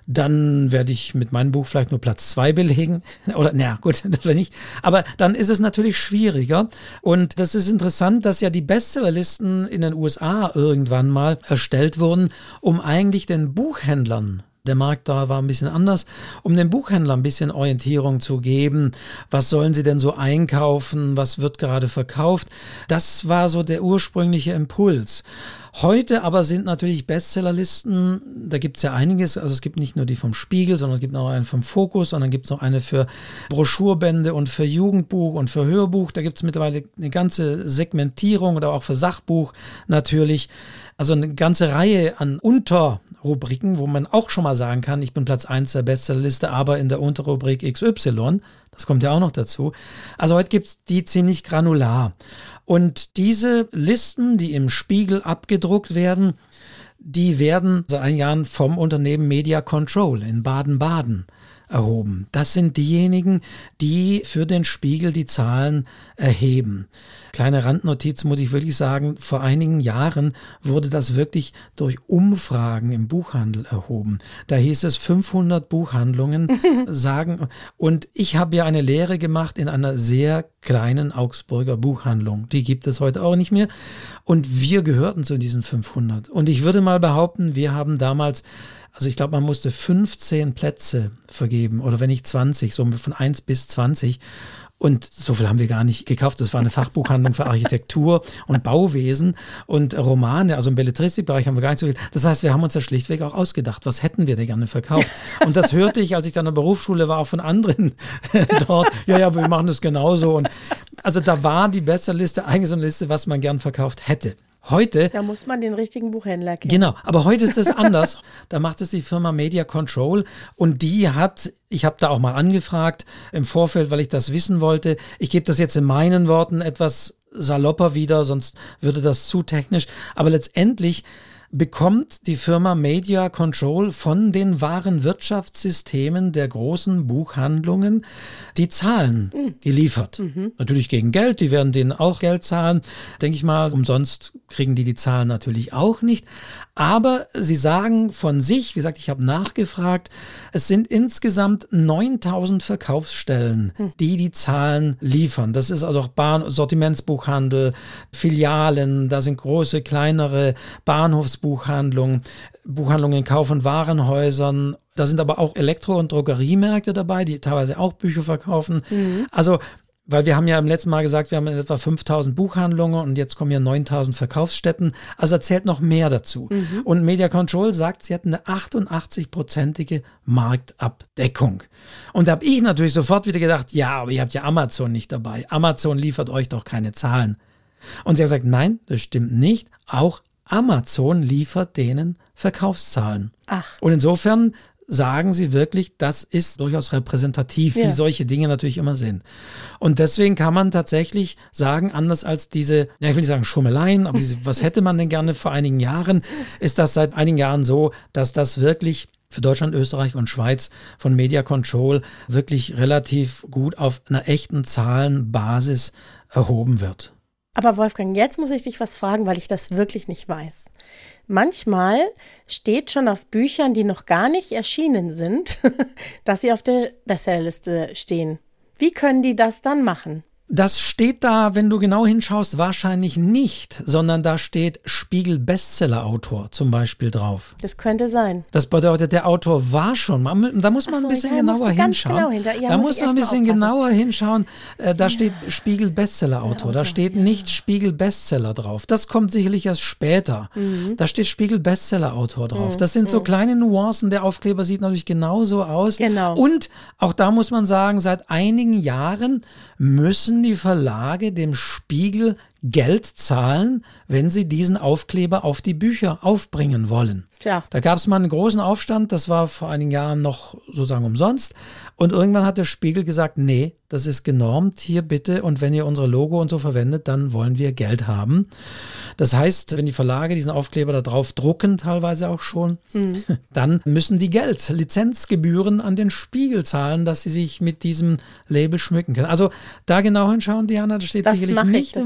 dann werde ich mit meinem Buch vielleicht nur Platz zwei belegen. Oder, naja, gut, das will nicht. Aber dann ist es natürlich schwieriger. Und das ist interessant, dass ja die Bestsellerlisten in den U S A irgendwann mal erstellt wurden, um eigentlich den Buchhändlern, der Markt da war ein bisschen anders, um den Buchhändlern ein bisschen Orientierung zu geben. Was sollen sie denn so einkaufen? Was wird gerade verkauft? Das war so der ursprüngliche Impuls. Heute aber sind natürlich Bestsellerlisten, da gibt es ja einiges, also es gibt nicht nur die vom Spiegel, sondern es gibt noch eine vom Focus und dann gibt es noch eine für Broschurbände und für Jugendbuch und für Hörbuch. Da gibt es mittlerweile eine ganze Segmentierung oder auch für Sachbuch natürlich. Also eine ganze Reihe an Unterrubriken, wo man auch schon mal sagen kann, ich bin Platz eins der Bestsellerliste, aber in der Unterrubrik X Y. Das kommt ja auch noch dazu. Also heute gibt es die ziemlich granular. Und diese Listen, die im Spiegel abgedruckt werden, die werden seit einigen Jahren vom Unternehmen Media Control in Baden-Baden erhoben. Das sind diejenigen, die für den Spiegel die Zahlen erheben. Kleine Randnotiz muss ich wirklich sagen, vor einigen Jahren wurde das wirklich durch Umfragen im Buchhandel erhoben. Da hieß es fünfhundert Buchhandlungen sagen, und ich habe ja eine Lehre gemacht in einer sehr kleinen Augsburger Buchhandlung. Die gibt es heute auch nicht mehr. Und wir gehörten zu diesen fünfhundert. Und ich würde mal behaupten, wir haben damals, also ich glaube, man musste fünfzehn Plätze vergeben oder wenn nicht zwanzig, so von eins bis zwanzig. Und so viel haben wir gar nicht gekauft. Das war eine Fachbuchhandlung für Architektur und Bauwesen und Romane. Also im Belletristikbereich haben wir gar nicht so viel. Das heißt, wir haben uns das schlichtweg auch ausgedacht. Was hätten wir denn gerne verkauft? Und das hörte ich, als ich dann in der Berufsschule war, auch von anderen dort. Ja, ja, wir machen das genauso. Und also da war die Bestsellerliste eigentlich so eine Liste, was man gern verkauft hätte. Heute, da muss man den richtigen Buchhändler kennen. Genau, aber heute ist es anders. Da macht es die Firma Media Control und die hat, ich habe da auch mal angefragt im Vorfeld, weil ich das wissen wollte. Ich gebe das jetzt in meinen Worten etwas salopper wieder, sonst würde das zu technisch. Aber letztendlich bekommt die Firma Media Control von den wahren Wirtschaftssystemen der großen Buchhandlungen die Zahlen mhm. geliefert. Mhm. Natürlich gegen Geld, die werden denen auch Geld zahlen. Denke ich mal, umsonst kriegen die die Zahlen natürlich auch nicht. Aber sie sagen von sich, wie gesagt, ich habe nachgefragt, es sind insgesamt neuntausend Verkaufsstellen, mhm. die die Zahlen liefern. Das ist also auch Bahn- Sortimentsbuchhandel, Filialen, da sind große, kleinere Bahnhofsbuchhandlungen, Buchhandlungen in Kauf- und Warenhäusern. Da sind aber auch Elektro- und Drogeriemärkte dabei, die teilweise auch Bücher verkaufen. Mhm. Also, weil wir haben ja im letzten Mal gesagt, wir haben etwa fünftausend Buchhandlungen und jetzt kommen ja neuntausend Verkaufsstätten. Also da zählt noch mehr dazu. Mhm. Und Media Control sagt, sie hatten eine achtundachtzig-prozentige Marktabdeckung. Und da habe ich natürlich sofort wieder gedacht, ja, aber ihr habt ja Amazon nicht dabei. Amazon liefert euch doch keine Zahlen. Und sie hat gesagt, nein, das stimmt nicht. Auch Amazon liefert denen Verkaufszahlen. Ach. Und insofern sagen sie wirklich, das ist durchaus repräsentativ, ja. wie solche Dinge natürlich immer sind. Und deswegen kann man tatsächlich sagen, anders als diese, ja, ich will nicht sagen Schummeleien, aber diese, was hätte man denn gerne vor einigen Jahren, ist das seit einigen Jahren so, dass das wirklich für Deutschland, Österreich und Schweiz von Media Control wirklich relativ gut auf einer echten Zahlenbasis erhoben wird. Aber Wolfgang, jetzt muss ich dich was fragen, weil ich das wirklich nicht weiß. Manchmal steht schon auf Büchern, die noch gar nicht erschienen sind, dass sie auf der Bestsellerliste stehen. Wie können die das dann machen? Das steht da, wenn du genau hinschaust, wahrscheinlich nicht, sondern da steht Spiegel-Bestseller-Autor zum Beispiel drauf. Das könnte sein. Das bedeutet, der Autor war schon, da muss man so, ein bisschen ja, genauer hinschauen. Genau hinter, ja, da muss muss man ein bisschen genauer hinschauen. Äh, da ja. steht Spiegel-Bestseller-Autor, da steht ja. nicht Spiegel-Bestseller drauf. Das kommt sicherlich erst später. Mhm. Da steht Spiegel-Bestseller-Autor drauf. Mhm. Das sind so mhm. kleine Nuancen. Der Aufkleber sieht natürlich genauso aus. Genau. Und auch da muss man sagen, seit einigen Jahren müssen die Verlage dem Spiegel Geld zahlen, wenn sie diesen Aufkleber auf die Bücher aufbringen wollen. Tja. Da gab es mal einen großen Aufstand, das war vor einigen Jahren noch sozusagen umsonst. Und irgendwann hat der Spiegel gesagt, nee, das ist genormt, hier bitte. Und wenn ihr unser Logo und so verwendet, dann wollen wir Geld haben. Das heißt, wenn die Verlage diesen Aufkleber da drauf drucken, teilweise auch schon, mhm. dann müssen die Geld, Lizenzgebühren an den Spiegel zahlen, dass sie sich mit diesem Label schmücken können. Also da genau hinschauen, Diana, da steht das sicherlich ich, nicht im Vorfeld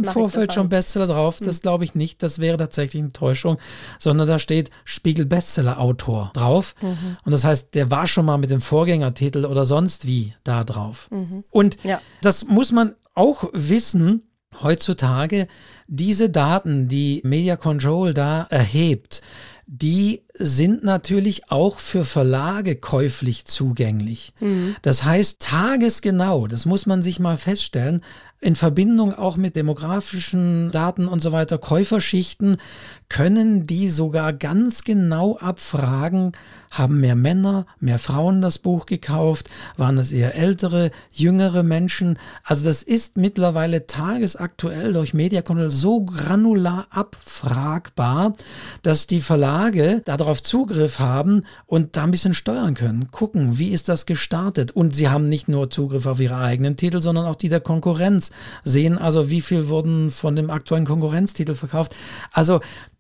steht schon Bestseller drauf, das glaube ich nicht, das wäre tatsächlich eine Täuschung, sondern da steht Spiegel-Bestseller-Autor drauf. Mhm. Und das heißt, der war schon mal mit dem Vorgängertitel oder sonst wie da drauf. Mhm. Und ja. das muss man auch wissen, heutzutage, diese Daten, die Media Control da erhebt, die sind natürlich auch für Verlage käuflich zugänglich. Mhm. Das heißt, tagesgenau, das muss man sich mal feststellen, in Verbindung auch mit demografischen Daten und so weiter, Käuferschichten, können die sogar ganz genau abfragen, haben mehr Männer, mehr Frauen das Buch gekauft, waren es eher ältere, jüngere Menschen. Also das ist mittlerweile tagesaktuell durch Media Control so granular abfragbar, dass die Verlage darauf Zugriff haben und da ein bisschen steuern können, gucken, wie ist das gestartet. Und sie haben nicht nur Zugriff auf ihre eigenen Titel, sondern auch die der Konkurrenz, sehen also, wie viel wurden von dem aktuellen Konkurrenztitel verkauft. Also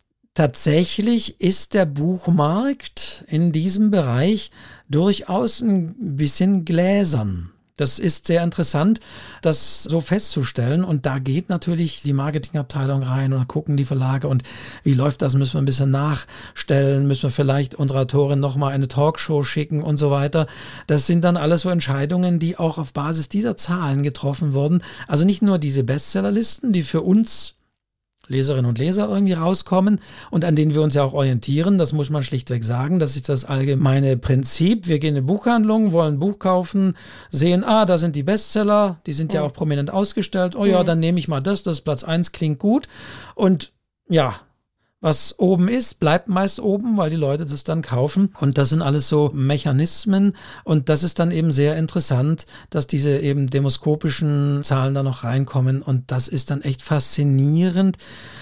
tatsächlich ist der Buchmarkt in diesem Bereich durchaus ein bisschen gläsern. Das ist sehr interessant, das so festzustellen. Und da geht natürlich die Marketingabteilung rein und gucken die Verlage und wie läuft das, müssen wir ein bisschen nachstellen, müssen wir vielleicht unserer Autorin nochmal eine Talkshow schicken und so weiter. Das sind dann alles so Entscheidungen, die auch auf Basis dieser Zahlen getroffen wurden. Also nicht nur diese Bestsellerlisten, die für uns Leserinnen und Leser irgendwie rauskommen und an denen wir uns ja auch orientieren, das muss man schlichtweg sagen, das ist das allgemeine Prinzip. Wir gehen in eine Buchhandlung, wollen ein Buch kaufen, sehen, ah, da sind die Bestseller, die sind ja, ja auch prominent ausgestellt, oh ja, dann nehme ich mal das, das ist Platz eins, klingt gut und ja, was oben ist, bleibt meist oben, weil die Leute das dann kaufen. Und das sind alles so Mechanismen. Und das ist dann eben sehr interessant, dass diese eben demoskopischen Zahlen da noch reinkommen. Und das ist dann echt faszinierend,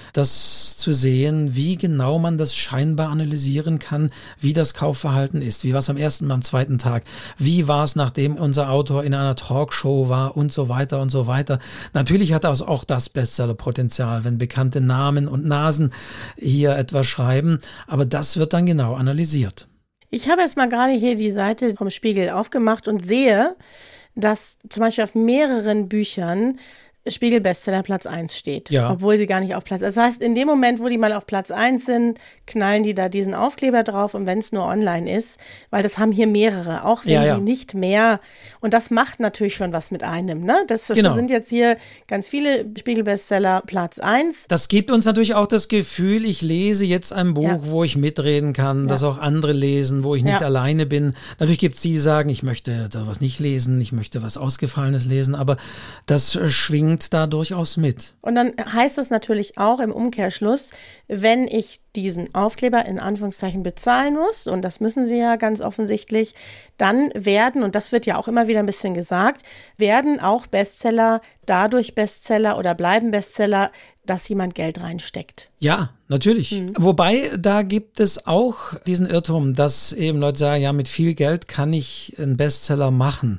das zu sehen, wie genau man das scheinbar analysieren kann, wie das Kaufverhalten ist. Wie war es am ersten, am zweiten Tag? Wie war es, nachdem unser Autor in einer Talkshow war und so weiter und so weiter. Natürlich hat auch das Bestsellerpotenzial, wenn bekannte Namen und Nasen hier etwas schreiben, aber das wird dann genau analysiert. Ich habe jetzt mal gerade hier die Seite vom Spiegel aufgemacht und sehe, dass zum Beispiel auf mehreren Büchern Spiegel-Bestseller Platz eins steht, ja. Obwohl sie gar nicht auf Platz eins. Das heißt, in dem Moment, wo die mal auf Platz eins sind, knallen die da diesen Aufkleber drauf und wenn es nur online ist, weil das haben hier mehrere, auch wenn ja, ja. sie nicht mehr, und das macht natürlich schon was mit einem, ne? Das genau. sind jetzt hier ganz viele Spiegel-Bestseller Platz eins. Das gibt uns natürlich auch das Gefühl, ich lese jetzt ein Buch, ja. wo ich mitreden kann, ja. das auch andere lesen, wo ich nicht ja. alleine bin. Natürlich gibt es die, die sagen, ich möchte da was nicht lesen, ich möchte was Ausgefallenes lesen, aber das schwingt da durchaus mit. Und dann heißt es natürlich auch im Umkehrschluss, wenn ich diesen Aufkleber in Anführungszeichen bezahlen muss, und das müssen sie ja ganz offensichtlich, dann werden, und das wird ja auch immer wieder ein bisschen gesagt, werden auch Bestseller dadurch Bestseller oder bleiben Bestseller, dass jemand Geld reinsteckt. Ja, natürlich. Mhm. Wobei, da gibt es auch diesen Irrtum, dass eben Leute sagen, ja, mit viel Geld kann ich einen Bestseller machen.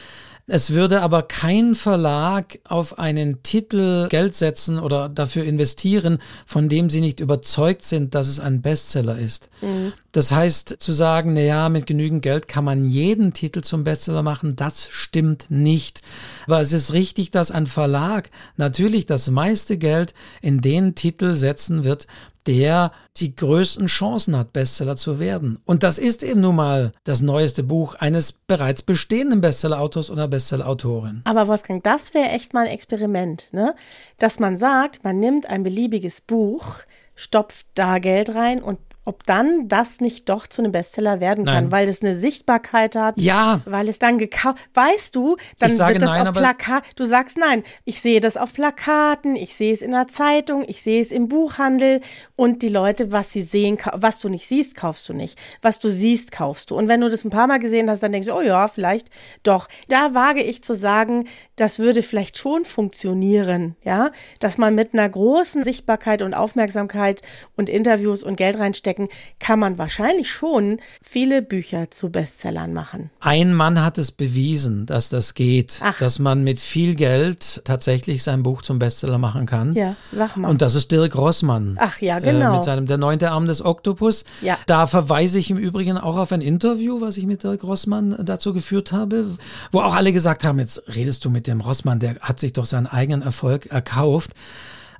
Es würde aber kein Verlag auf einen Titel Geld setzen oder dafür investieren, von dem sie nicht überzeugt sind, dass es ein Bestseller ist. Mhm. Das heißt, zu sagen, naja, mit genügend Geld kann man jeden Titel zum Bestseller machen, das stimmt nicht. Aber es ist richtig, dass ein Verlag natürlich das meiste Geld in den Titel setzen wird, der die größten Chancen hat, Bestseller zu werden. Und das ist eben nun mal das neueste Buch eines bereits bestehenden Bestseller-Autors oder Bestseller-Autorin. Aber Wolfgang, das wäre echt mal ein Experiment, ne? Dass man sagt, man nimmt ein beliebiges Buch, stopft da Geld rein und ob dann das nicht doch zu einem Bestseller werden kann, nein. weil es eine Sichtbarkeit hat, ja. weil es dann gekauft, weißt du, dann ich sage wird das nein, auf Plakat, du sagst nein, ich sehe das auf Plakaten, ich sehe es in der Zeitung, ich sehe es im Buchhandel und die Leute, was sie sehen, was du nicht siehst, kaufst du nicht, was du siehst, kaufst du und wenn du das ein paar Mal gesehen hast, dann denkst du, oh ja, vielleicht doch. Da wage ich zu sagen, das würde vielleicht schon funktionieren, ja, dass man mit einer großen Sichtbarkeit und Aufmerksamkeit und Interviews und Geld reinstecken, kann man wahrscheinlich schon viele Bücher zu Bestsellern machen. Ein Mann hat es bewiesen, dass das geht, Ach. dass man mit viel Geld tatsächlich sein Buch zum Bestseller machen kann. Ja, sag mal. Und das ist Dirk Rossmann. Ach ja, genau. Äh, mit seinem Der neunte Arm des Oktopus. Ja. Da verweise ich im Übrigen auch auf ein Interview, was ich mit Dirk Rossmann dazu geführt habe, wo auch alle gesagt haben, jetzt redest du mit dem Rossmann, der hat sich doch seinen eigenen Erfolg erkauft.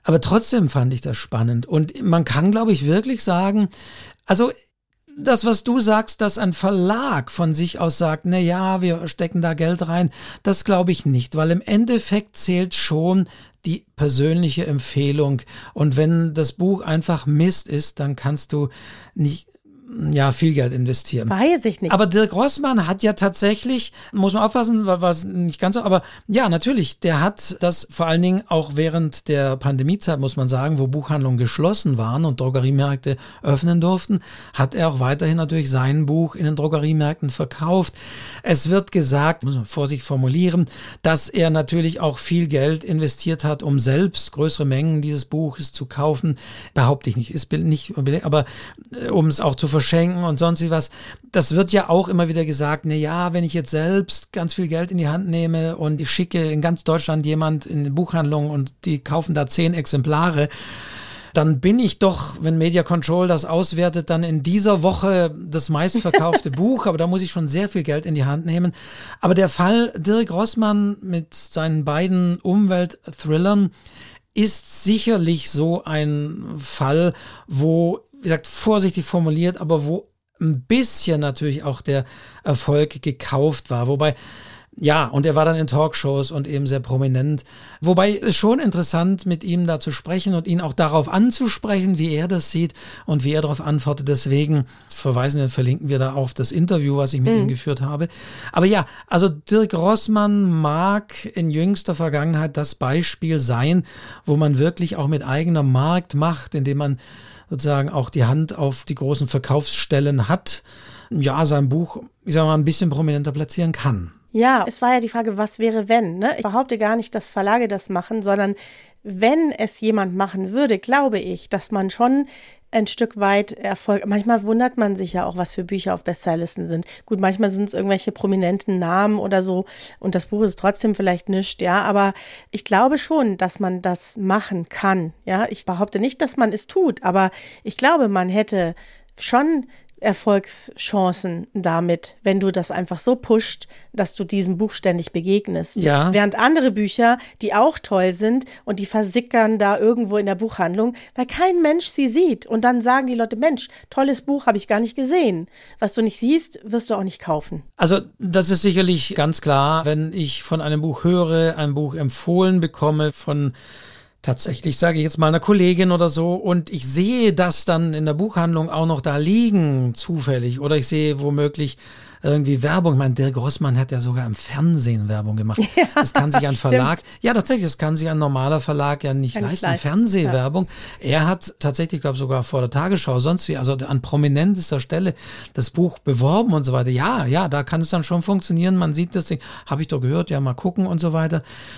Aber trotzdem fand ich das spannend. Und man kann, glaube ich, wirklich sagen, also das, was du sagst, dass ein Verlag von sich aus sagt, na ja, wir stecken da Geld rein, das glaube ich nicht, weil im Endeffekt zählt schon die persönliche Empfehlung. Und wenn das Buch einfach Mist ist, dann kannst du nicht ja, viel Geld investieren. Weiß ich nicht. Aber Dirk Rossmann hat ja tatsächlich, muss man aufpassen, war es nicht ganz so, aber ja, natürlich, der hat das vor allen Dingen auch während der Pandemiezeit, muss man sagen, wo Buchhandlungen geschlossen waren und Drogeriemärkte öffnen durften, hat er auch weiterhin natürlich sein Buch in den Drogeriemärkten verkauft. Es wird gesagt, muss man vorsichtig formulieren, dass er natürlich auch viel Geld investiert hat, um selbst größere Mengen dieses Buches zu kaufen. Behaupte ich nicht, ist nicht, aber um es auch zu verschenken und sonst was. Das wird ja auch immer wieder gesagt, na ja, wenn ich jetzt selbst ganz viel Geld in die Hand nehme und ich schicke in ganz Deutschland jemand in eine Buchhandlung und die kaufen da zehn Exemplare, dann bin ich doch, wenn Media Control das auswertet, dann in dieser Woche das meistverkaufte Buch, aber da muss ich schon sehr viel Geld in die Hand nehmen. Aber der Fall Dirk Rossmann mit seinen beiden Umweltthrillern ist sicherlich so ein Fall, wo, wie gesagt, vorsichtig formuliert, aber wo ein bisschen natürlich auch der Erfolg gekauft war. Wobei, ja, und er war dann in Talkshows und eben sehr prominent. Wobei es schon interessant, mit ihm da zu sprechen und ihn auch darauf anzusprechen, wie er das sieht und wie er darauf antwortet. Deswegen verweisen wir und verlinken wir da auf das Interview, was ich mit mhm. ihm geführt habe. Aber ja, also Dirk Rossmann mag in jüngster Vergangenheit das Beispiel sein, wo man wirklich auch mit eigener Marktmacht, indem man sozusagen auch die Hand auf die großen Verkaufsstellen hat, ja, sein Buch, ich sag mal, ein bisschen prominenter platzieren kann. Ja, es war ja die Frage, was wäre, wenn? Ne? Ich behaupte gar nicht, dass Verlage das machen, sondern wenn es jemand machen würde, glaube ich, dass man schon ein Stück weit Erfolg, manchmal wundert man sich ja auch, was für Bücher auf Bestsellerlisten sind. Gut, manchmal sind es irgendwelche prominenten Namen oder so und das Buch ist trotzdem vielleicht nichts, ja, aber ich glaube schon, dass man das machen kann, ja. Ich behaupte nicht, dass man es tut, aber ich glaube, man hätte schon Erfolgschancen damit, wenn du das einfach so pusht, dass du diesem Buch ständig begegnest. Ja. Während andere Bücher, die auch toll sind und die versickern da irgendwo in der Buchhandlung, weil kein Mensch sie sieht. Und dann sagen die Leute, Mensch, tolles Buch, habe ich gar nicht gesehen. Was du nicht siehst, wirst du auch nicht kaufen. Also das ist sicherlich ganz klar, wenn ich von einem Buch höre, ein Buch empfohlen bekomme von tatsächlich, sage ich jetzt mal, einer Kollegin oder so und ich sehe das dann in der Buchhandlung auch noch da liegen, zufällig, oder ich sehe womöglich irgendwie Werbung. Ich meine, Dirk Rossmann hat ja sogar im Fernsehen Werbung gemacht. Ja, das kann sich ein Verlag, stimmt. ja tatsächlich, das kann sich ein normaler Verlag ja nicht kann leisten, leisten. Fernsehwerbung. Ja. Er hat tatsächlich, glaube ich, sogar vor der Tagesschau, sonst wie, also an prominentester Stelle das Buch beworben und so weiter. Ja, ja, da kann es dann schon funktionieren, man sieht das Ding, habe ich doch gehört, ja, mal gucken und so weiter.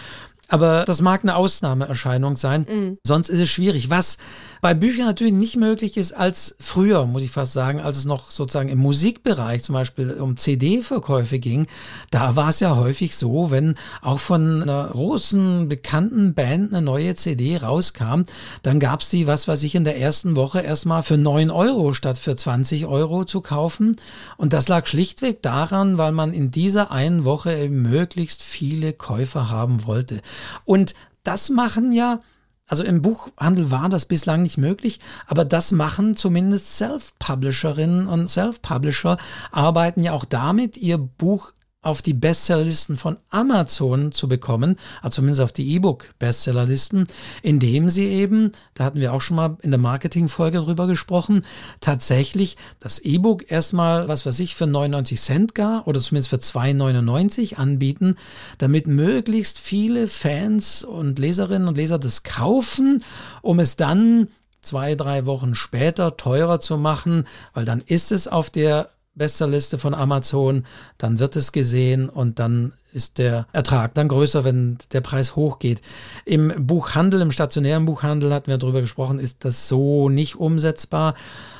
Aber das mag eine Ausnahmeerscheinung sein, mhm. sonst ist es schwierig. Was bei Büchern natürlich nicht möglich ist als früher, muss ich fast sagen, als es noch sozusagen im Musikbereich zum Beispiel um C D-Verkäufe ging, da war es ja häufig so, wenn auch von einer großen, bekannten Band eine neue C D rauskam, dann gab es die, was weiß ich, in der ersten Woche erstmal für neun Euro statt für zwanzig Euro zu kaufen. Und das lag schlichtweg daran, weil man in dieser einen Woche eben möglichst viele Käufer haben wollte. Und das machen ja, also im Buchhandel war das bislang nicht möglich, aber das machen zumindest Self-Publisherinnen und Self-Publisher, arbeiten ja auch damit, ihr Buch auf die Bestsellerlisten von Amazon zu bekommen, also zumindest auf die E-Book-Bestsellerlisten, indem sie eben, da hatten wir auch schon mal in der Marketing-Folge drüber gesprochen, tatsächlich das E-Book erstmal, was weiß ich, für neunundneunzig Cent gar oder zumindest für zwei neunundneunzig anbieten, damit möglichst viele Fans und Leserinnen und Leser das kaufen, um es dann zwei, drei Wochen später teurer zu machen, weil dann ist es auf der Bestsellerliste von Amazon, dann wird es gesehen und dann ist der Ertrag dann größer, wenn der Preis hochgeht. Im Buchhandel, im stationären Buchhandel, hatten wir darüber gesprochen, ist das so nicht umsetzbar.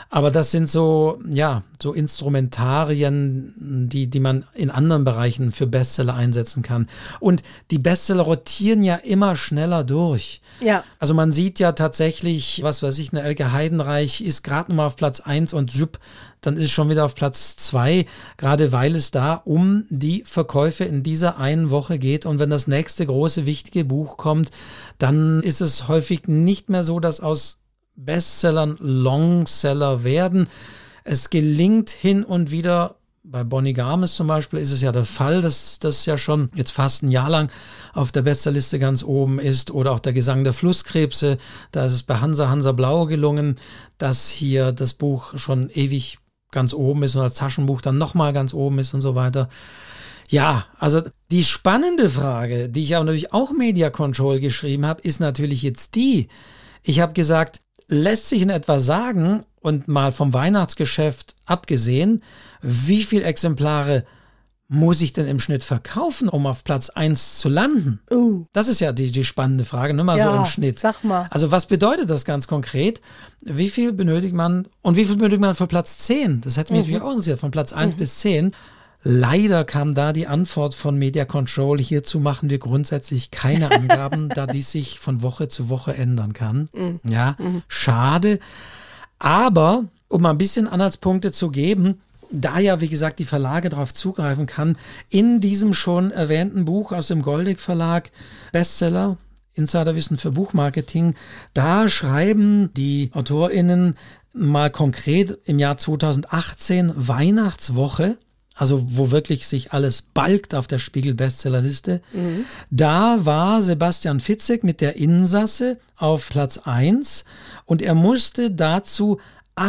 Aber das sind so, ja, so Instrumentarien, die, die man in anderen Bereichen für Bestseller einsetzen kann. Und die Bestseller rotieren ja immer schneller durch. Ja. Also man sieht ja tatsächlich, was weiß ich, eine Elke Heidenreich ist gerade noch mal auf Platz eins und jupp, dann ist schon wieder auf Platz zwei, gerade weil es da um die Verkäufe in dieser einen Woche geht. Und wenn das nächste große, wichtige Buch kommt, dann ist es häufig nicht mehr so, dass aus Bestsellern Longseller werden. Es gelingt hin und wieder, bei Bonnie Garmis zum Beispiel ist es ja der Fall, dass das ja schon jetzt fast ein Jahr lang auf der Bestsellerliste ganz oben ist, oder auch der Gesang der Flusskrebse, da ist es bei Hansa Hansa Blau gelungen, dass hier das Buch schon ewig ganz oben ist und als Taschenbuch dann nochmal ganz oben ist und so weiter. Ja, also die spannende Frage, die ich aber natürlich auch Media Control geschrieben habe, ist natürlich jetzt die, ich habe gesagt, lässt sich in etwa sagen, und mal vom Weihnachtsgeschäft abgesehen, wie viele Exemplare muss ich denn im Schnitt verkaufen, um auf Platz eins zu landen? Uh. Das ist ja die, die spannende Frage, nur mal ja, so im Schnitt. Sag mal. Also was bedeutet das ganz konkret? Wie viel benötigt man und wie viel benötigt man für Platz zehn? Das hätte mich mhm. natürlich auch interessiert, von Platz eins mhm. bis zehn. Leider kam da die Antwort von Media Control, hierzu machen wir grundsätzlich keine Angaben, da dies sich von Woche zu Woche ändern kann. Mhm. Ja, mhm. Schade. Aber, um mal ein bisschen Anhaltspunkte zu geben, da ja, wie gesagt, die Verlage darauf zugreifen kann, in diesem schon erwähnten Buch aus dem Goldig Verlag, Bestseller, Insiderwissen für Buchmarketing, da schreiben die AutorInnen mal konkret im Jahr zweitausendachtzehn Weihnachtswoche, also wo wirklich sich alles balgt auf der Spiegel-Bestsellerliste. Mhm. Da war Sebastian Fitzek mit der Insasse auf Platz eins und er musste dazu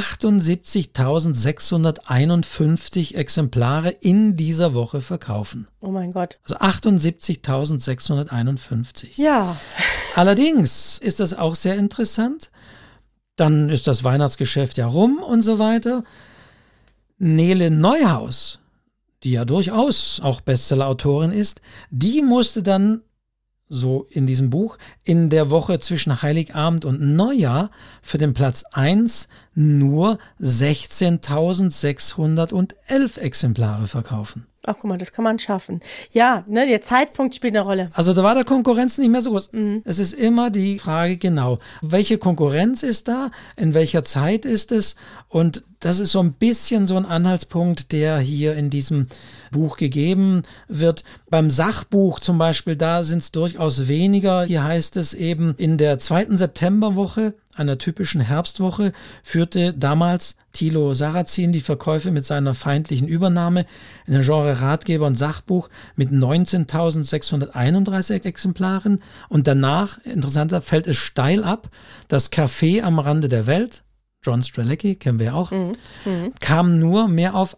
achtundsiebzigtausendsechshunderteinundfünfzig Exemplare in dieser Woche verkaufen. Oh mein Gott. Also achtundsiebzigtausendsechshunderteinundfünfzig. Ja. Allerdings ist das auch sehr interessant. Dann ist das Weihnachtsgeschäft ja rum und so weiter. Nele Neuhaus, die ja durchaus auch Bestseller-Autorin ist, die musste dann, so in diesem Buch, in der Woche zwischen Heiligabend und Neujahr für den Platz eins nur sechzehntausendsechshundertelf Exemplare verkaufen. Ach, guck mal, das kann man schaffen. Ja, ne, der Zeitpunkt spielt eine Rolle. Also da war der Konkurrenz nicht mehr so groß. Mhm. Es ist immer die Frage, genau, welche Konkurrenz ist da, in welcher Zeit ist es? Und das ist so ein bisschen so ein Anhaltspunkt, der hier in diesem Buch gegeben wird. Beim Sachbuch zum Beispiel, da sind es durchaus weniger. Hier heißt es eben, in der zweiten Septemberwoche, einer typischen Herbstwoche, führte damals Thilo Sarrazin die Verkäufe mit seiner feindlichen Übernahme in den Genre Ratgeber und Sachbuch mit neunzehntausendsechshunderteinunddreißig Exemplaren. Und danach, interessanter, fällt es steil ab. Das Café am Rande der Welt, John Strzelecki, kennen wir auch, mhm. Mhm. kam nur mehr auf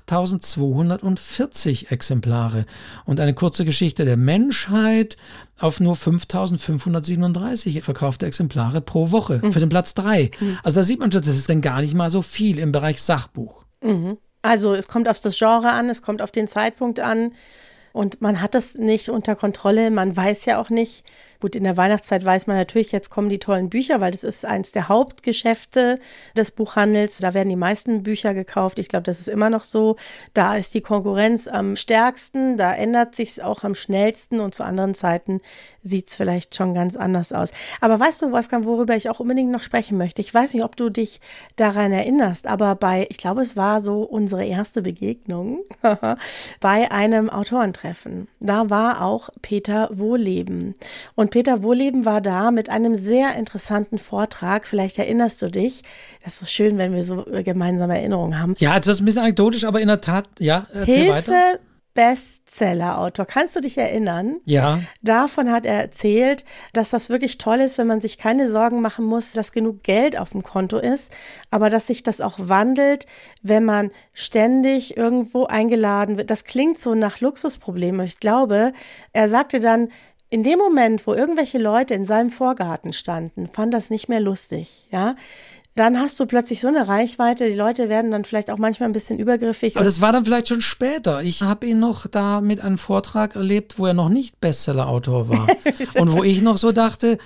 achttausendzweihundertvierzig Exemplare. Und eine kurze Geschichte der Menschheit auf nur fünftausendfünfhundertsiebenunddreißig verkaufte Exemplare pro Woche mhm. für den Platz drei. Mhm. Also da sieht man schon, das ist dann gar nicht mal so viel im Bereich Sachbuch. Mhm. Also es kommt auf das Genre an, es kommt auf den Zeitpunkt an und man hat das nicht unter Kontrolle, man weiß ja auch nicht. Gut, in der Weihnachtszeit weiß man natürlich, jetzt kommen die tollen Bücher, weil das ist eins der Hauptgeschäfte des Buchhandels. Da werden die meisten Bücher gekauft. Ich glaube, das ist immer noch so. Da ist die Konkurrenz am stärksten, da ändert sich es auch am schnellsten und zu anderen Zeiten sieht es vielleicht schon ganz anders aus. Aber weißt du, Wolfgang, worüber ich auch unbedingt noch sprechen möchte? Ich weiß nicht, ob du dich daran erinnerst, aber bei, ich glaube, es war so unsere erste Begegnung bei einem Autorentreffen. Da war auch Peter Wohlleben. Und Peter Wohlleben war da mit einem sehr interessanten Vortrag. Vielleicht erinnerst du dich. Das ist so schön, wenn wir so gemeinsame Erinnerungen haben. Ja, das ist ein bisschen anekdotisch, aber in der Tat, ja, erzähl Hilfe, weiter. Bestseller-Autor. Kannst du dich erinnern? Ja. Davon hat er erzählt, dass das wirklich toll ist, wenn man sich keine Sorgen machen muss, dass genug Geld auf dem Konto ist, aber dass sich das auch wandelt, wenn man ständig irgendwo eingeladen wird. Das klingt so nach Luxusproblemen. Ich glaube, er sagte dann, in dem Moment, wo irgendwelche Leute in seinem Vorgarten standen, fand das nicht mehr lustig, ja. Dann hast du plötzlich so eine Reichweite, die Leute werden dann vielleicht auch manchmal ein bisschen übergriffig. Aber das war dann vielleicht schon später. Ich habe ihn noch da mit einem Vortrag erlebt, wo er noch nicht Bestseller-Autor war. Und wo ich noch so dachte,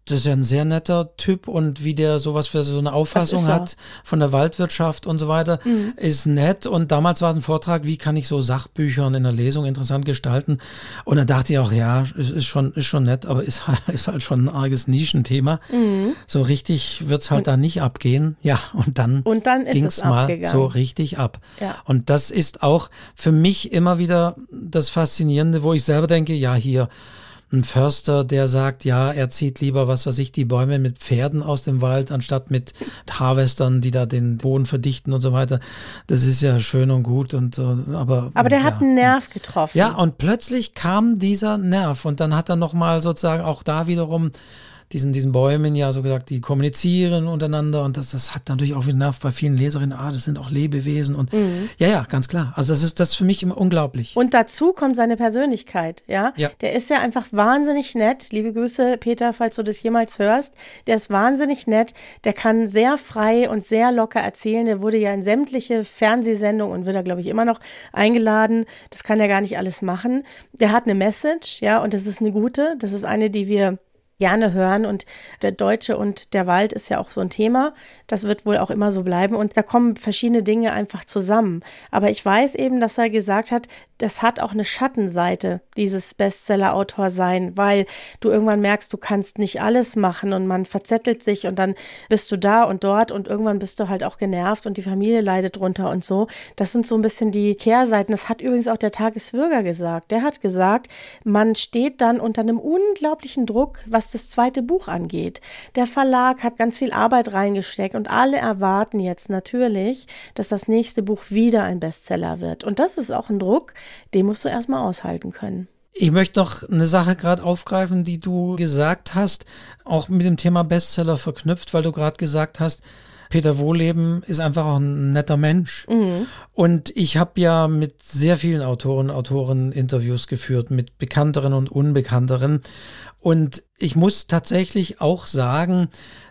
das ist ja ein sehr netter Typ und wie der sowas für so eine Auffassung hat von der Waldwirtschaft und so weiter, mhm. ist nett. Und damals war es ein Vortrag, wie kann ich so Sachbücher in der Lesung interessant gestalten. Und dann dachte ich auch, ja, ist, ist, schon, ist schon nett, aber ist, ist halt schon ein arges Nischenthema. Mhm. So richtig wird es halt und, da nicht abgehen. Ja, und dann, und dann ging es mal abgegangen. so richtig ab. Ja. Und das ist auch für mich immer wieder das Faszinierende, wo ich selber denke, ja, hier ein Förster, der sagt, ja, er zieht lieber, was weiß ich, die Bäume mit Pferden aus dem Wald, anstatt mit Harvestern, die da den Boden verdichten und so weiter. Das ist ja schön und gut. Und, aber aber der ja. hat einen Nerv getroffen. Ja, und plötzlich kam dieser Nerv und dann hat er nochmal sozusagen auch da wiederum diesen, diesen Bäumen ja so gesagt, die kommunizieren untereinander und das, das hat natürlich auch wieder Nerv bei vielen Leserinnen, ah, das sind auch Lebewesen und mhm. ja, ja, ganz klar. Also das ist das ist für mich immer unglaublich. Und dazu kommt seine Persönlichkeit, ja? ja. Der ist ja einfach wahnsinnig nett. Liebe Grüße, Peter, falls du das jemals hörst. Der ist wahnsinnig nett. Der kann sehr frei und sehr locker erzählen. Der wurde ja in sämtliche Fernsehsendungen und wird da, glaube ich, immer noch eingeladen. Das kann er gar nicht alles machen. Der hat eine Message, ja, und das ist eine gute. Das ist eine, die wir gerne hören und der Deutsche und der Wald ist ja auch so ein Thema. Das wird wohl auch immer so bleiben und da kommen verschiedene Dinge einfach zusammen. Aber ich weiß eben, dass er gesagt hat, das hat auch eine Schattenseite, dieses Bestseller-Autor sein, weil du irgendwann merkst, du kannst nicht alles machen und man verzettelt sich und dann bist du da und dort und irgendwann bist du halt auch genervt und die Familie leidet drunter und so. Das sind so ein bisschen die Kehrseiten. Das hat übrigens auch der Tagesbürger gesagt. Der hat gesagt, man steht dann unter einem unglaublichen Druck, was das zweite Buch angeht. Der Verlag hat ganz viel Arbeit reingesteckt und alle erwarten jetzt natürlich, dass das nächste Buch wieder ein Bestseller wird. Und das ist auch ein Druck, den musst du erstmal aushalten können. Ich möchte noch eine Sache gerade aufgreifen, die du gesagt hast, auch mit dem Thema Bestseller verknüpft, weil du gerade gesagt hast, Peter Wohlleben ist einfach auch ein netter Mensch. Mhm. Und ich habe ja mit sehr vielen Autoren, Autoren Interviews geführt, mit bekannteren und unbekannteren. Und ich muss tatsächlich auch sagen,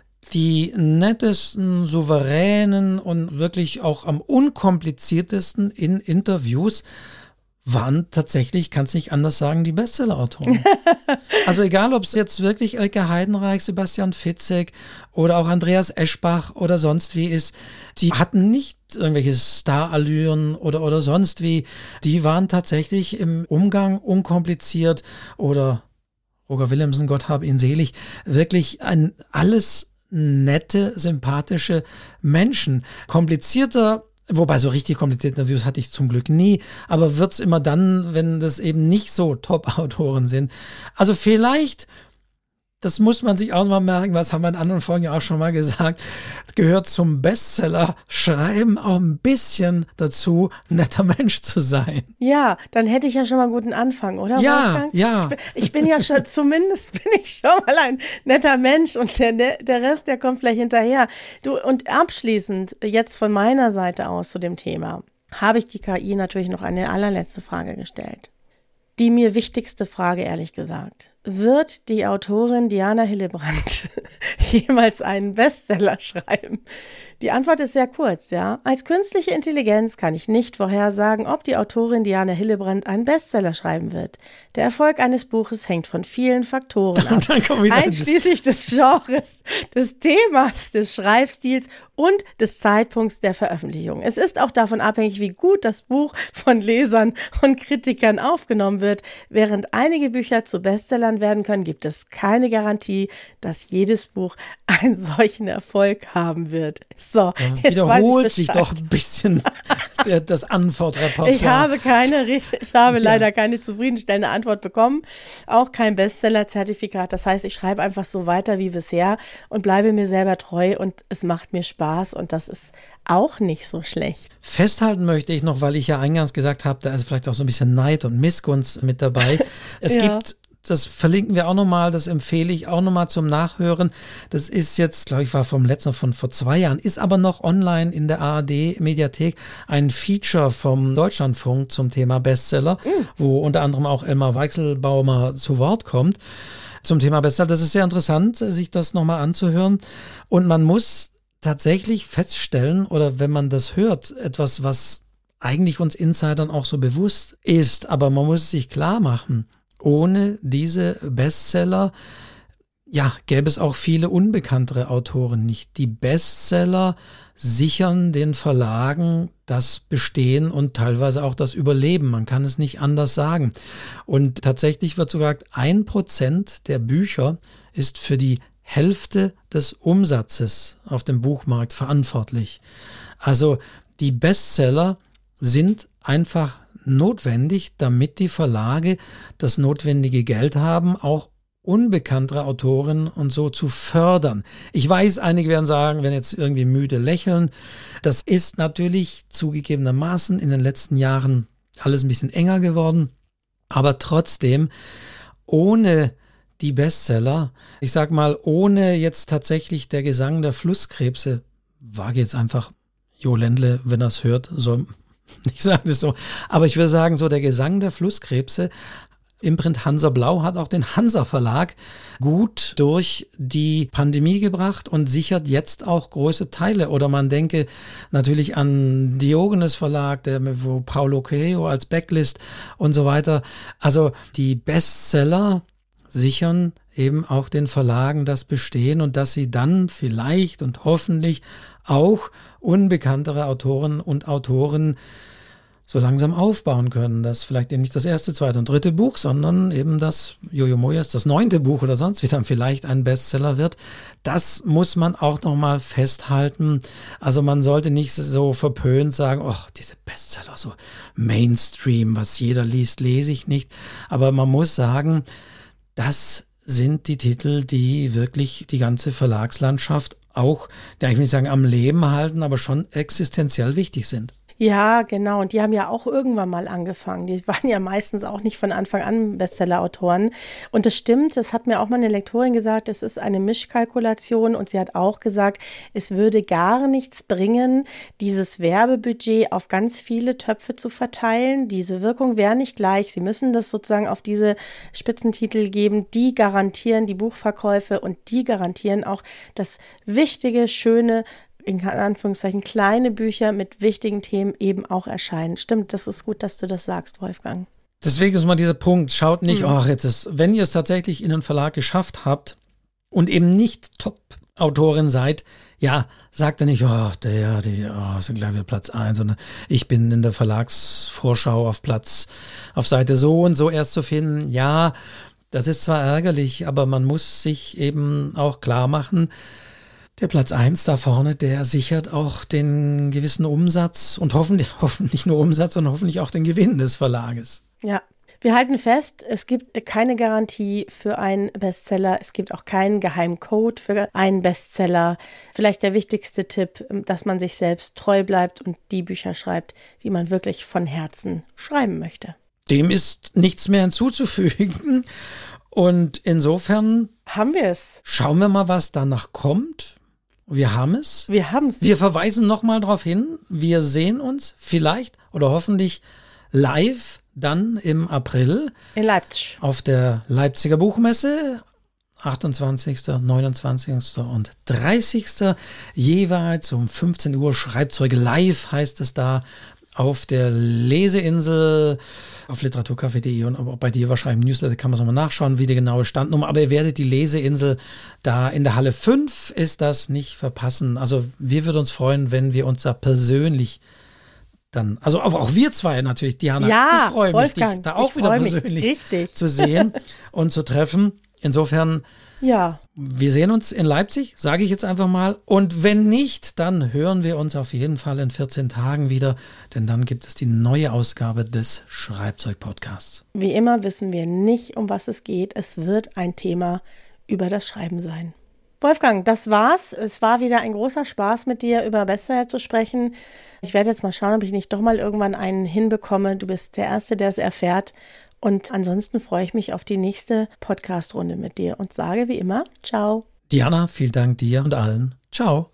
die nettesten, souveränen und wirklich auch am unkompliziertesten in Interviews waren tatsächlich, kannst nicht anders sagen, die Bestseller-Autoren. Also egal, ob es jetzt wirklich Elke Heidenreich, Sebastian Fitzek oder auch Andreas Eschbach oder sonst wie ist, die hatten nicht irgendwelche Starallüren oder, oder sonst wie. Die waren tatsächlich im Umgang unkompliziert oder Roger Willemsen, Gott hab ihn selig, wirklich ein alles nette, sympathische Menschen. Komplizierter, wobei so richtig komplizierte Interviews hatte ich zum Glück nie, aber wird's immer dann, wenn das eben nicht so Top-Autoren sind. Also vielleicht, das muss man sich auch mal merken, was haben wir in anderen Folgen ja auch schon mal gesagt, gehört zum Bestseller-Schreiben auch ein bisschen dazu, ein netter Mensch zu sein. Ja, dann hätte ich ja schon mal einen guten Anfang, oder? Ja, Wolfgang? ja. Ich bin, ich bin ja schon, zumindest bin ich schon mal ein netter Mensch und der, der Rest, der kommt gleich hinterher. Du, und abschließend, jetzt von meiner Seite aus zu dem Thema, habe ich die K I natürlich noch eine allerletzte Frage gestellt. Die mir wichtigste Frage, ehrlich gesagt. Wird die Autorin Diana Hillebrand jemals einen Bestseller schreiben? Die Antwort ist sehr kurz, ja. Als künstliche Intelligenz kann ich nicht vorhersagen, ob die Autorin Diana Hillebrand einen Bestseller schreiben wird. Der Erfolg eines Buches hängt von vielen Faktoren ab, einschließlich des Genres, des Themas, des Schreibstils und des Zeitpunkts der Veröffentlichung. Es ist auch davon abhängig, wie gut das Buch von Lesern und Kritikern aufgenommen wird. Während einige Bücher zu Bestsellern werden können, gibt es keine Garantie, dass jedes Buch einen solchen Erfolg haben wird. So, ja, wiederholt sich doch ein bisschen der, das Antwortrepertoire. Ich habe keine, ich habe leider ja. keine zufriedenstellende Antwort bekommen, auch kein Bestseller-Zertifikat. Das heißt, ich schreibe einfach so weiter wie bisher und bleibe mir selber treu und es macht mir Spaß und das ist auch nicht so schlecht. Festhalten möchte ich noch, weil ich ja eingangs gesagt habe, da ist vielleicht auch so ein bisschen Neid und Missgunst mit dabei. Es ja. gibt Das verlinken wir auch nochmal, das empfehle ich auch nochmal zum Nachhören. Das ist jetzt, glaube ich, war vom letzten, von vor zwei Jahren, ist aber noch online in der A R D-Mediathek ein Feature vom Deutschlandfunk zum Thema Bestseller, mhm. wo unter anderem auch Elmar Weichselbaumer zu Wort kommt zum Thema Bestseller. Das ist sehr interessant, sich das nochmal anzuhören. Und man muss tatsächlich feststellen, oder wenn man das hört, etwas, was eigentlich uns Insidern auch so bewusst ist, aber man muss es sich klar machen, ohne diese Bestseller ja, gäbe es auch viele unbekanntere Autoren nicht. Die Bestseller sichern den Verlagen das Bestehen und teilweise auch das Überleben. Man kann es nicht anders sagen. Und tatsächlich wird sogar gesagt, ein Prozent der Bücher ist für die Hälfte des Umsatzes auf dem Buchmarkt verantwortlich. Also die Bestseller sind einfach notwendig, damit die Verlage das notwendige Geld haben, auch unbekanntere Autoren und so zu fördern. Ich weiß, einige werden sagen, wenn jetzt irgendwie müde lächeln, das ist natürlich zugegebenermaßen in den letzten Jahren alles ein bisschen enger geworden, aber trotzdem ohne die Bestseller, ich sag mal, ohne jetzt tatsächlich der Gesang der Flusskrebse, wage jetzt einfach Jo Ländle, wenn er es hört, soll, ich sage das so, aber ich würde sagen, so der Gesang der Flusskrebse, Imprint Hansa Blau hat auch den Hansa Verlag gut durch die Pandemie gebracht und sichert jetzt auch große Teile. Oder man denke natürlich an Diogenes Verlag, der, wo Paulo Coelho als Backlist und so weiter. Also die Bestseller sichern eben auch den Verlagen das Bestehen und dass sie dann vielleicht und hoffentlich auch unbekanntere Autoren und Autoren so langsam aufbauen können, dass vielleicht eben nicht das erste, zweite und dritte Buch, sondern eben das Jojo Moyes, das neunte Buch oder sonst wie dann vielleicht ein Bestseller wird. Das muss man auch nochmal festhalten. Also man sollte nicht so verpönt sagen, ach, diese Bestseller, so Mainstream, was jeder liest, lese ich nicht. Aber man muss sagen, das sind die Titel, die wirklich die ganze Verlagslandschaft auch, ja, ich will nicht sagen am Leben halten, aber schon existenziell wichtig sind. Ja, genau. Und die haben ja auch irgendwann mal angefangen. Die waren ja meistens auch nicht von Anfang an Bestseller-Autoren. Und das stimmt, das hat mir auch mal eine Lektorin gesagt, es ist eine Mischkalkulation. Und sie hat auch gesagt, es würde gar nichts bringen, dieses Werbebudget auf ganz viele Töpfe zu verteilen. Diese Wirkung wäre nicht gleich. Sie müssen das sozusagen auf diese Spitzentitel geben. Die garantieren die Buchverkäufe und die garantieren auch das wichtige, schöne, in Anführungszeichen kleine Bücher mit wichtigen Themen eben auch erscheinen. Stimmt, das ist gut, dass du das sagst, Wolfgang. Deswegen ist mal dieser Punkt, schaut nicht, Mhm. ach, jetzt ist, wenn ihr es tatsächlich in einen Verlag geschafft habt und eben nicht Top-Autorin seid, ja, sagt er nicht, oh, der, der, oh, sind gleich wieder Platz eins, sondern ich bin in der Verlagsvorschau auf Platz, auf Seite so und so erst zu finden. Ja, das ist zwar ärgerlich, aber man muss sich eben auch klar machen, der Platz eins da vorne, der sichert auch den gewissen Umsatz und hoffentlich, hoffentlich nicht nur Umsatz, sondern hoffentlich auch den Gewinn des Verlages. Ja, wir halten fest, es gibt keine Garantie für einen Bestseller. Es gibt auch keinen geheimen Code für einen Bestseller. Vielleicht der wichtigste Tipp, dass man sich selbst treu bleibt und die Bücher schreibt, die man wirklich von Herzen schreiben möchte. Dem ist nichts mehr hinzuzufügen. Und insofern haben wir es. Schauen wir mal, was danach kommt. Wir haben es. Wir haben es. Wir verweisen nochmal darauf hin. Wir sehen uns vielleicht oder hoffentlich live dann im April. In Leipzig. Auf der Leipziger Buchmesse. achtundzwanzigsten, neunundzwanzigsten und dreißigsten jeweils um fünfzehn Uhr. Schreibzeug live heißt es da. Auf der Leseinsel, auf literaturcafé punkt de und auch bei dir wahrscheinlich im Newsletter kann man es nochmal nachschauen, wie die genaue Standnummer. Aber ihr werdet die Leseinsel da in der Halle fünf ist das nicht verpassen. Also wir würden uns freuen, wenn wir uns da persönlich dann, also auch, auch wir zwei natürlich, Diana, ja, ich freue mich, Wolfgang, dich da auch wieder persönlich zu sehen und zu treffen. Insofern, ja. Wir sehen uns in Leipzig, sage ich jetzt einfach mal. Und wenn nicht, dann hören wir uns auf jeden Fall in vierzehn Tagen wieder, denn dann gibt es die neue Ausgabe des Schreibzeug-Podcasts. Wie immer wissen wir nicht, um was es geht. Es wird ein Thema über das Schreiben sein. Wolfgang, das war's. Es war wieder ein großer Spaß, mit dir über Bestseller zu sprechen. Ich werde jetzt mal schauen, ob ich nicht doch mal irgendwann einen hinbekomme. Du bist der Erste, der es erfährt. Und ansonsten freue ich mich auf die nächste Podcast-Runde mit dir und sage wie immer, ciao. Diana, vielen Dank dir und allen. Ciao.